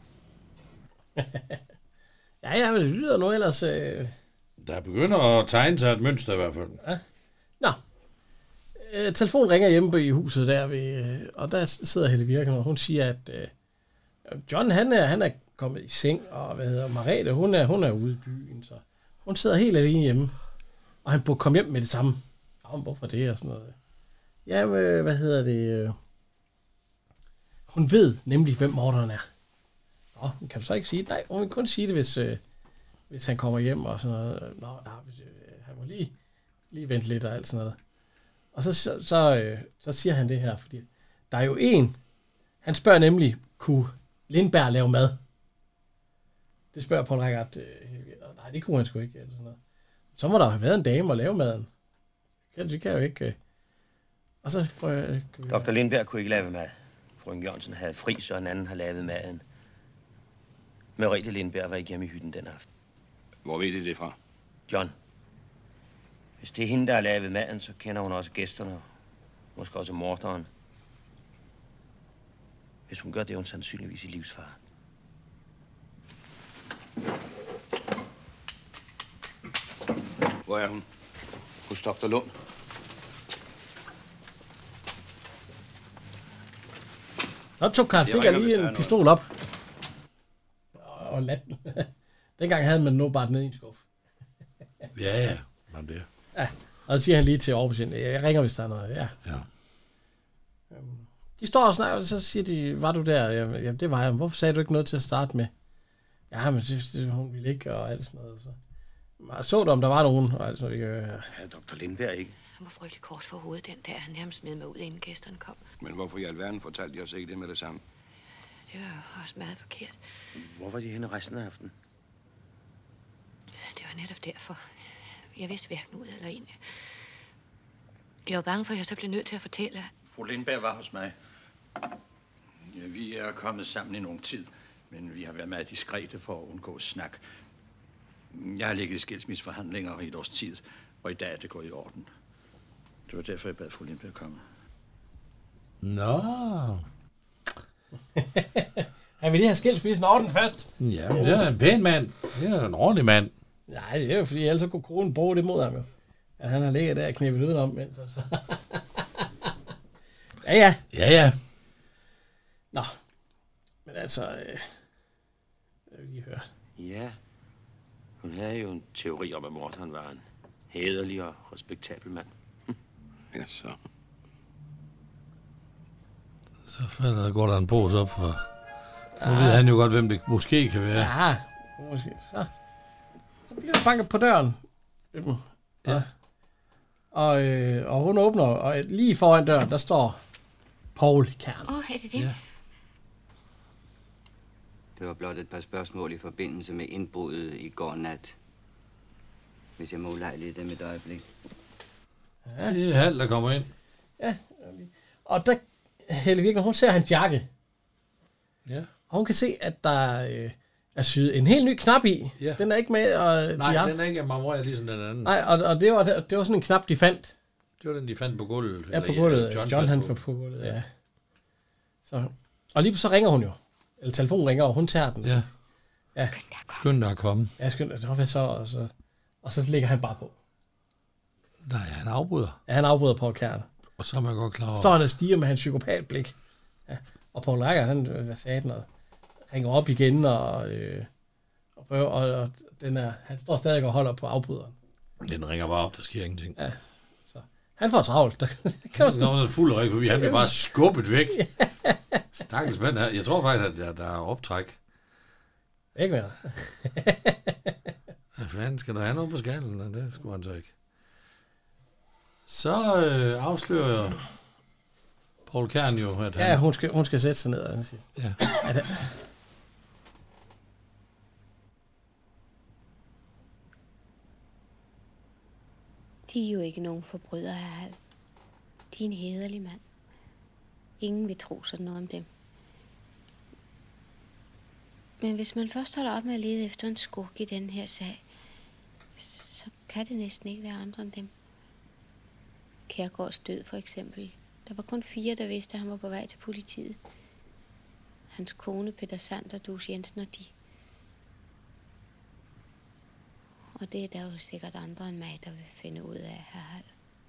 Ja, men det lyder nu ellers... Der begynder at tegne sig et mønster i hvert fald. Ja. Nå. Telefonen ringer hjemme i huset der, og der sidder Helle Virken, og hun siger, at John, han er kommet i seng, og Marete, hun er ude i byen, så hun sidder helt alene hjemme, og han burde komme hjem med det samme. Hvorfor det og sådan noget? Ja, hun ved nemlig, hvem morderen er. Nå, kan du så ikke sige det? Nej, hun kan kun sige det, hvis han kommer hjem og sådan noget. Nå, han må lige vente lidt og alt sådan noget. Og så siger han det her, fordi der er jo en, han spørger nemlig, kunne Lindberg lave mad? Det spørger Poul Reichhardt. Nej, det kunne han sgu ikke. Eller sådan noget. Så må der have været en dame at lave maden. Det kan jo ikke. Og så... Dr. Lindberg kunne ikke lave mad. Frøken Jørgensen havde fri, så en anden har lavet maden. Merete Lindberg var ikke hjemme i hytten den aften. Hvor ved I det fra? John. Hvis det er hende, der har lavet maden, så kender hun også gæsterne. Måske også morderen. Hvis hun gør det, er hun sandsynligvis i livsfare. Hvor er hun? Hos Dr. Lund. Så tog Karl Stikker lige en pistol op. Og lad den. Dengang havde man nu bare ned i en skuff. Ja, man det. Ja, og så siger han lige til overbetjenten, jeg ringer, hvis der er noget. Ja. De står og snakker, og så siger de, var du der? Jamen, det var jeg. Hvorfor sagde du ikke noget til at starte med? Ja, men hun ville ikke, og alt sådan noget. Så. Jeg så det, om der var nogen. Og altså, Ja, Dr. Lindberg ikke. Han var frygtelig kort for hovedet den dag. Han nærmest smed mig ud, inden gæsterne kom. Men hvorfor i alverden fortalte de os ikke det med det samme? Det var jo også meget forkert. Hvor var de henne resten af aftenen? Det var netop derfor. Jeg vidste hverken ud eller ind. Jeg var bange for, at jeg så blev nødt til at fortælle. Fru Lindberg var hos mig. Ja, vi er kommet sammen i nogen tid, men vi har været meget diskrete for at undgå snak. Jeg har ligget i skilsmisseforhandlinger i et års tid, og i dag er det gået i orden. Det var derfor, jeg bad fru Lindberg komme. Nå. Han vil lige have skilsmissen orden først. Ja, men det er en pæn mand. Det er en ordentlig mand. Nej, det er jo fordi, ellers kunne konen bruge det mod ham jo. At han har ligget der og knæppet udenom. Mens, så. Ja. Ja. Nå. Men altså... jeg vil lige høre. Ja. Hun havde jo en teori om, at morderen var en hæderlig og respektabel mand. Ja, så. Så går der en pose op for... Nu ved han jo godt, hvem det måske kan være. Ja, måske. Så bliver der banket på døren. Ja. Og hun åbner, og lige foran døren, der står Poul Kern. Åh, er det det? Ja. Det var blot et par spørgsmål i forbindelse med indbruddet i går nat. Hvis jeg må ulejlige dem et øjeblik. Ja. Det er Hal, der kommer ind. Ja, og der, Helle Virkner, hun ser hans jakke. Ja. Og hun kan se, at der er syet en helt ny knap i. Ja. Den er ikke med. Og Nej, den er ikke marmoreret ligesom den anden. Nej, og det var sådan en knap, de fandt. Det var den, de fandt på gulvet. Ja, på gulvet. John han fandt på gulvet, ja. Så, og lige så ringer hun jo. Eller telefonen ringer, og hun tager den. Ja. Ja. Skynd dig at komme. Ja, skynd dig. Det var så, og så ligger han bare på. Nej, han afbryder. Ja, han afbryder Poul Kern. Og så er man godt klar over. Står han og stiger med hans psykopatblik. Ja. Og Poul Reichert, han, hvad sagde den, og ringer op igen, og prøver, og han står stadig og holder på afbryderen. Den ringer bare op, der sker ingenting. Ja, så han får travlt. Han er fuld af forbi. Han bliver bare skubbet væk. Stakkels mand her. Jeg tror faktisk, at der er optræk. Ikke mere. Hvad fanden, skal der have noget på skallen? Det skulle han så ikke. Så afslører jeg Poul Kern jo, at han... Ja, hun skal sætte sig ned og sige. Ja. De er jo ikke nogen forbrydere, herr Hal. De er en hæderlig mand. Ingen vil tro sådan noget om dem. Men hvis man først holder op med at lede efter en skurk i den her sag, så kan det næsten ikke være andre end dem. Kjærgaards død for eksempel. Der var kun 4, der vidste, at han var på vej til politiet. Hans kone, Peter Sander, Dus Jensen og de. Og det er der jo sikkert andre end mig, der vil finde ud af, herr Hal.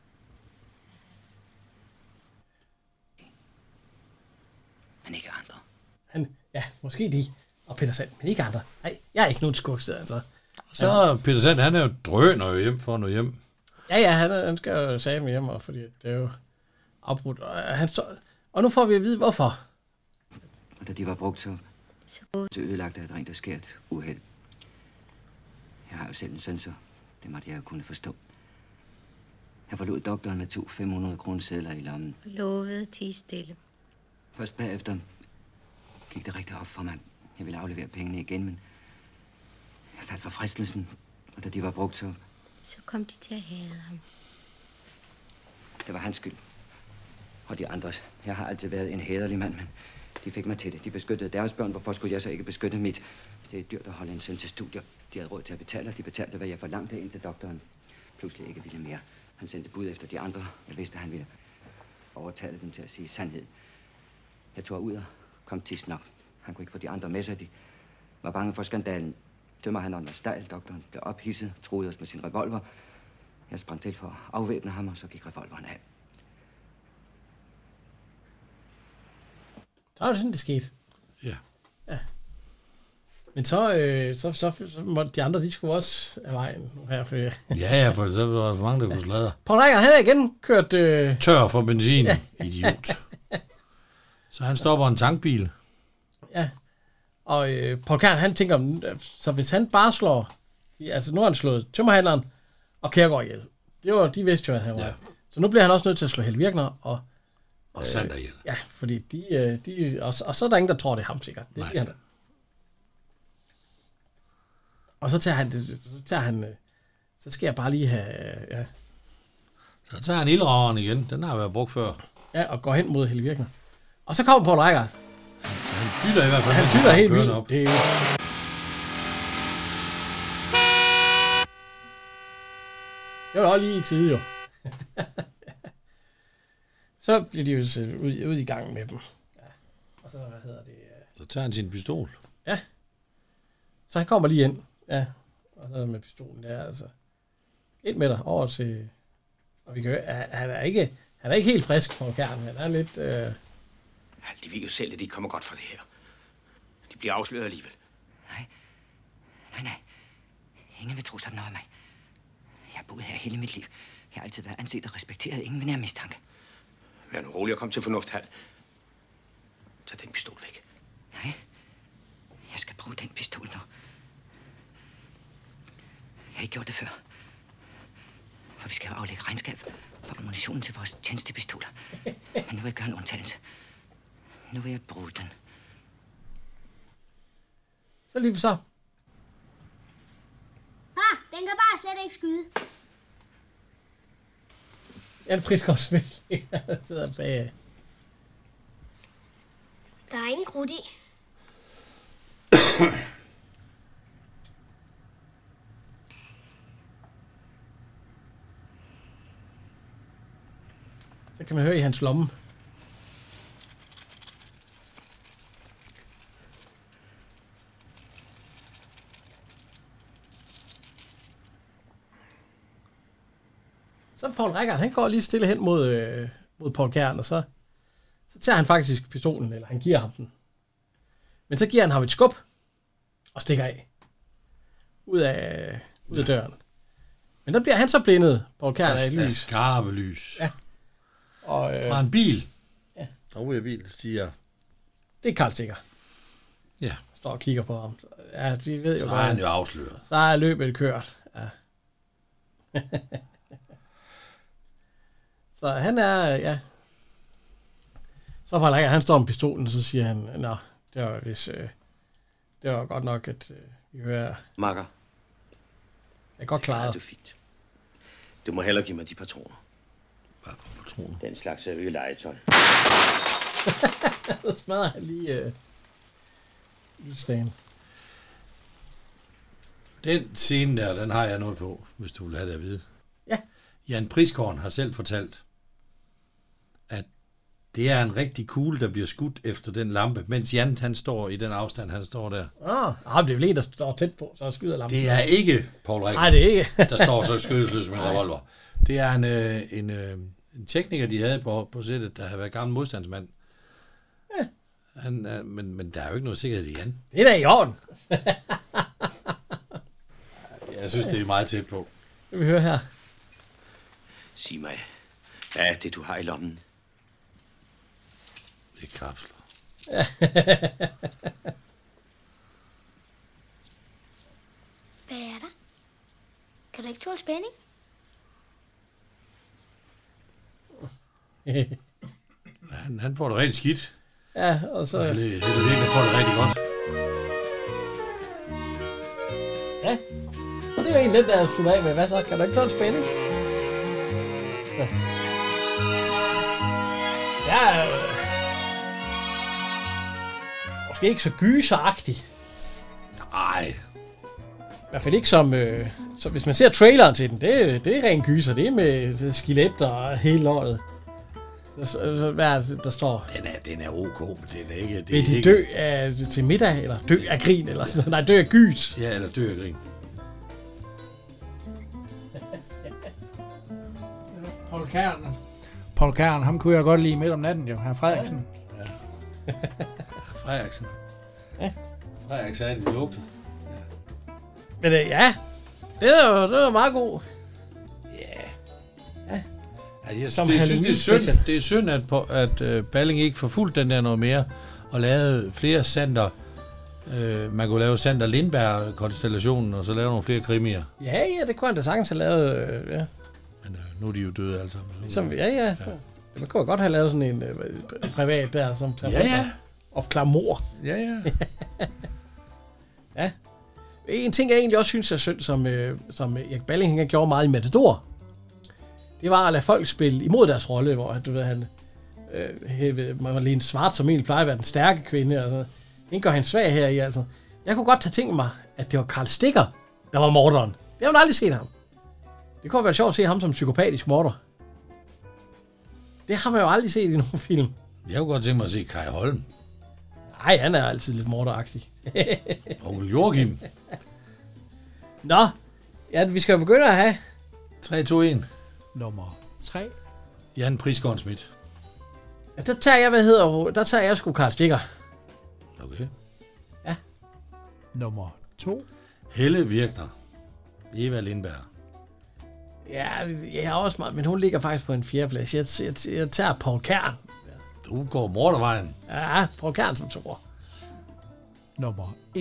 Men ikke andre. Ja, måske de. Og Peter Sand, men ikke andre. Nej, jeg er ikke nogen skurksted, altså. Så Peter Sand, han er jo drøner jo hjem for noget hjem. Ja, han skal jo sige med hjem, fordi det er jo afbrudt. Og nu får vi at vide, hvorfor. Og da de var brugt, så ødelagt af et rent og skært uheld. Jeg har jo selv en søn, så det måtte jeg jo kunne forstå. Jeg forlod doktoren med 2 500-kronesedler i lommen. Lovede tige stille. Først bagefter gik det rigtig op for mig. Jeg ville aflevere pengene igen, men jeg faldt for fristelsen. Og da de var brugt, så kom de til at hade ham. det var hans skyld. Og de andres. Jeg har altid været en hæderlig mand, men de fik mig til det. De beskyttede deres børn. Hvorfor skulle jeg så ikke beskytte mit? Det er dyrt at holde en søn til studier. De havde råd til at betale, og de betalte, hvad jeg forlangte ind til doktoren. Pludselig ikke ville mere. Han sendte bud efter de andre. Jeg vidste, at han ville overtale dem til at sige sandhed. Jeg tog ud og kom tidsden op. Han kunne ikke få de andre med sig. De var bange for skandalen. Tømmerhandleren var stejl. Doktoren blev ophidset, troede os med sin revolver. Jeg sprang til for at afvæbne ham, og så gik revolveren af. Så var det sådan, det skete. Ja. Men så måtte de andre, de skulle også af vejen nu her. For Ja, for så var der for mange, der kunne sladre. Paul Reichhardt, han er igen kørt... Tør for benzin, idiot. Så han stopper en tankbil. Ja. Og Paul Kern, han tænker, så hvis han bare slår... Altså nu har han slået tømmerhandleren og Kjærgaard ihjel. De vidste jo, at han var... Ja. Så nu bliver han også nødt til at slå Helle Virkner og Sander ihjel. Ja, fordi og så er der ingen, der tror, det er ham sikkert. Det er han. Og så tager han... Så skal jeg bare lige have... Ja. Så tager han ildraveren igen. Den har været brugt før. Ja, og går hen mod Helle Virkner. Og så kommer Paul Reichhardt. Han dytter i hvert fald. Han dytter helt vildt. Op. Det var også lige i tide, jo. Så bliver de jo ud i gang med dem. Ja. Og så, Så tager han sin pistol. Ja. Så han kommer lige ind. Ja. Og så med pistolen der, altså. 1 meter over til... Og vi kan høre, han er ikke helt frisk på kernen. Han er lidt... De ved jo selv, at de kommer godt fra det her. De bliver afsløret alligevel. Nej. Ingen vil tro sådan noget af mig. Jeg har boet her hele mit liv. Jeg har altid været anset og respekteret. Ingen vil nære mistanke. Vær nu rolig og kom til fornuft, Hal. Tag den pistol væk. Nej. Jeg skal bruge den pistol nu. Jeg har ikke gjort det før. For vi skal jo aflægge regnskab for ammunitionen til vores tjenestepistoler. Men nu vil jeg gøre en undtagelse. Nu vil jeg bruge den. Så lige så. Den kan bare slet ikke skyde. Jan Prisgaard Smidt sidder bag. Der er ingen krudt i. Så kan man høre i hans lomme. Så Paul Reichhardt, han går lige stille hen mod Paul Kern, og så tager han faktisk pistolen, eller han giver ham den. Men så giver han ham et skub, og stikker af. Ud af døren. Men der bliver han så blindet, Paul Kern, af et lys. Skarpe lys. Ja. Og, fra en bil. Ja. Der ud af bil, siger... Det er Karl Stikker. Ja. Står og kigger på ham. Ja, vi ved jo så er han jo afsløret. Så er løbet kørt. Ja. Så han er, ja. Så Paul Reichhardt, han står med pistolen, og så siger han, nå, det var hvis, det var godt nok, at vi hører... Makker. Jeg er godt klaret. Ja, det er fint. Du må hellere give mig de patroner. Hvad for patroner? Den slags er jo ikke legetøj. Så smadrer han lige lysstagen. Den scene der, den har jeg noget på, hvis du vil have det at vide. Ja. Jan Prisgaard har selv fortalt, at det er en rigtig kugle, der bliver skudt efter den lampe, mens Jan, han står i den afstand, han står der. Det er vel en, der står tæt på, så skyder lampen. Det er ikke Paul Reichhardt. Nej, det er ikke. Der står så skødesløs med en revolver. Det er en tekniker, de havde på sættet, der havde været gammel modstandsmand. Ja. Men der er jo ikke noget sikkerhed i Jan. Det er da i orden. Jeg synes, det er meget tæt på. Det vi høre her. Sig mig, hvad er det, du har i lommen? Det er kapsler. Hvad er der? Kan du ikke tåle spænding? Han får det rigtig skidt. Ja, og så... Helle får det rigtig godt. Ja, og det er jo en den, der slutter af med. Hvad så? Kan du ikke tåle spænding? Ja. Ja, måske ikke så gyseragtig. Nej. I hvert fald ikke som... så hvis man ser traileren til den, det er ren gyser. Det er med skelet og hele lortet. Så hvad er det, der står? Den er ok, men den er ikke... Det vil de ikke... dø af, til middag, eller dø af grin, eller sådan noget? Nej, dø af gys. Ja, eller dø af grin. Paul Kern, ham kunne jeg godt lide midt om natten, jo. Herr Frederiksen. Ja. Frederiksen. Ja. Frederiksen er det lugter. Men ja, det var meget god. Ja, jeg synes, det er synd, at Balling ikke forfulgte den der noget mere, og lavede flere Sander. Man kunne lave Sander Lindberg-konstellationen, og så lave nogle flere krimier. Ja, det kunne han da sagtens have lavet, ja. Men nu er de jo døde alle sammen. Ligesom, ja. Så. Man kunne godt have lavet sådan en privat der, som tager opklarer mor. Ja. Ja. En ting, jeg egentlig også synes er synd, som Erik Balling gjorde meget i Matador, det var at lade folk spille imod deres rolle, hvor du ved, han Marlene Svart, som egentlig plejer at være den stærke kvinde, og så den gør han svag her i, altså. Jeg kunne godt have tænkt mig, at det var Karl Stikker, der var morderen. Det har man aldrig set ham. Det kunne være sjovt at se ham som psykopatisk morder. Det har man jo aldrig set i nogen film. Jeg kunne godt tænke mig at se Kai Holm. Nej, han er altid lidt morderagtig. Onkel Joachim. Nå, ja, vi skal jo begynde at have... 3, 2, 1. Nummer 3. Jan Prisgaard Schmidt. Ja, der tager jeg sgu Karl Stikker. Okay. Ja. Nummer 2. Helle Virkner. Eva Lindberg. Ja, jeg er også meget, men hun ligger faktisk på en 4. plads. Jeg tager Paul Kern. Du går mordervejen. Ja, Paul Kern som 2. Nummer 1.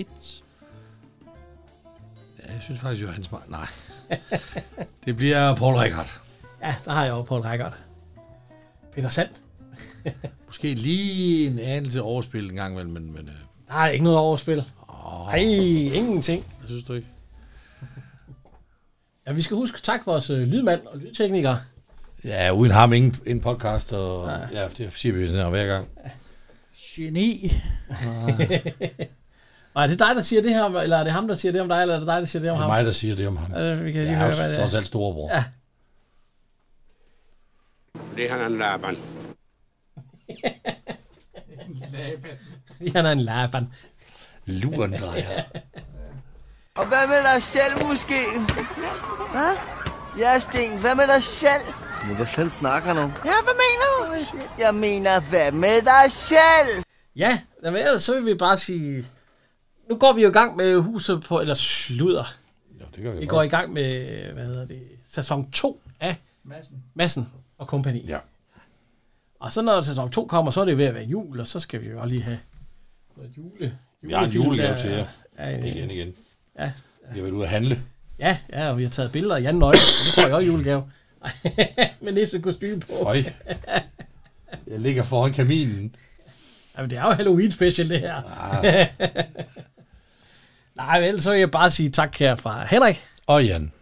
Ja, jeg synes faktisk, Johan Smart. Nej. Det bliver Paul Reichhardt. Ja, der har jeg jo Paul Reichhardt. Peter Sand. Måske lige en anelse overspil en gang imellem, men nej, ikke noget overspil. Nej, ingenting. Det synes du ikke? Ja, vi skal huske tak for vores lydmand og lydtekniker. Ja, uden ham ingen podcast, og ja, det siger vi sådan hver gang. Geni. Og er det dig, der siger det her, eller er det ham, der siger det om dig, eller er det dig, der siger det om ham? Det er mig, der siger det om ham. Vi kan jeg høre, er hvad det er. trods alt storebror. Ja. Det er han en laban. Han er en laban. Lurendrejer. Og hvad med dig selv, måske? Hvad? Ja, Sten, hvad med dig selv? Men hvad fanden snakker du? Ja, hvad mener du? Jeg mener, hvad med dig selv? Ja, men ellers så vil vi bare sige... Nu går vi jo i gang med huset på... Eller sludder. Ja, det gør vi. Vi går i gang med, sæson 2 af Madsen og kompagni. Ja. Og så når sæson 2 kommer, så er det ved at være jul, og så skal vi jo lige have noget Vi har en julegave til jer. Igen. Ja. Vi har været ude at handle. Ja, og vi har taget billeder af Jan Nøgle, og det får jeg også julegave. Med næste kostyme på. Høj. Jeg ligger foran kaminen. Jamen, det er jo Halloween special, det her. Nej, men ellers så vil jeg bare sige tak her fra Henrik. Og Jan.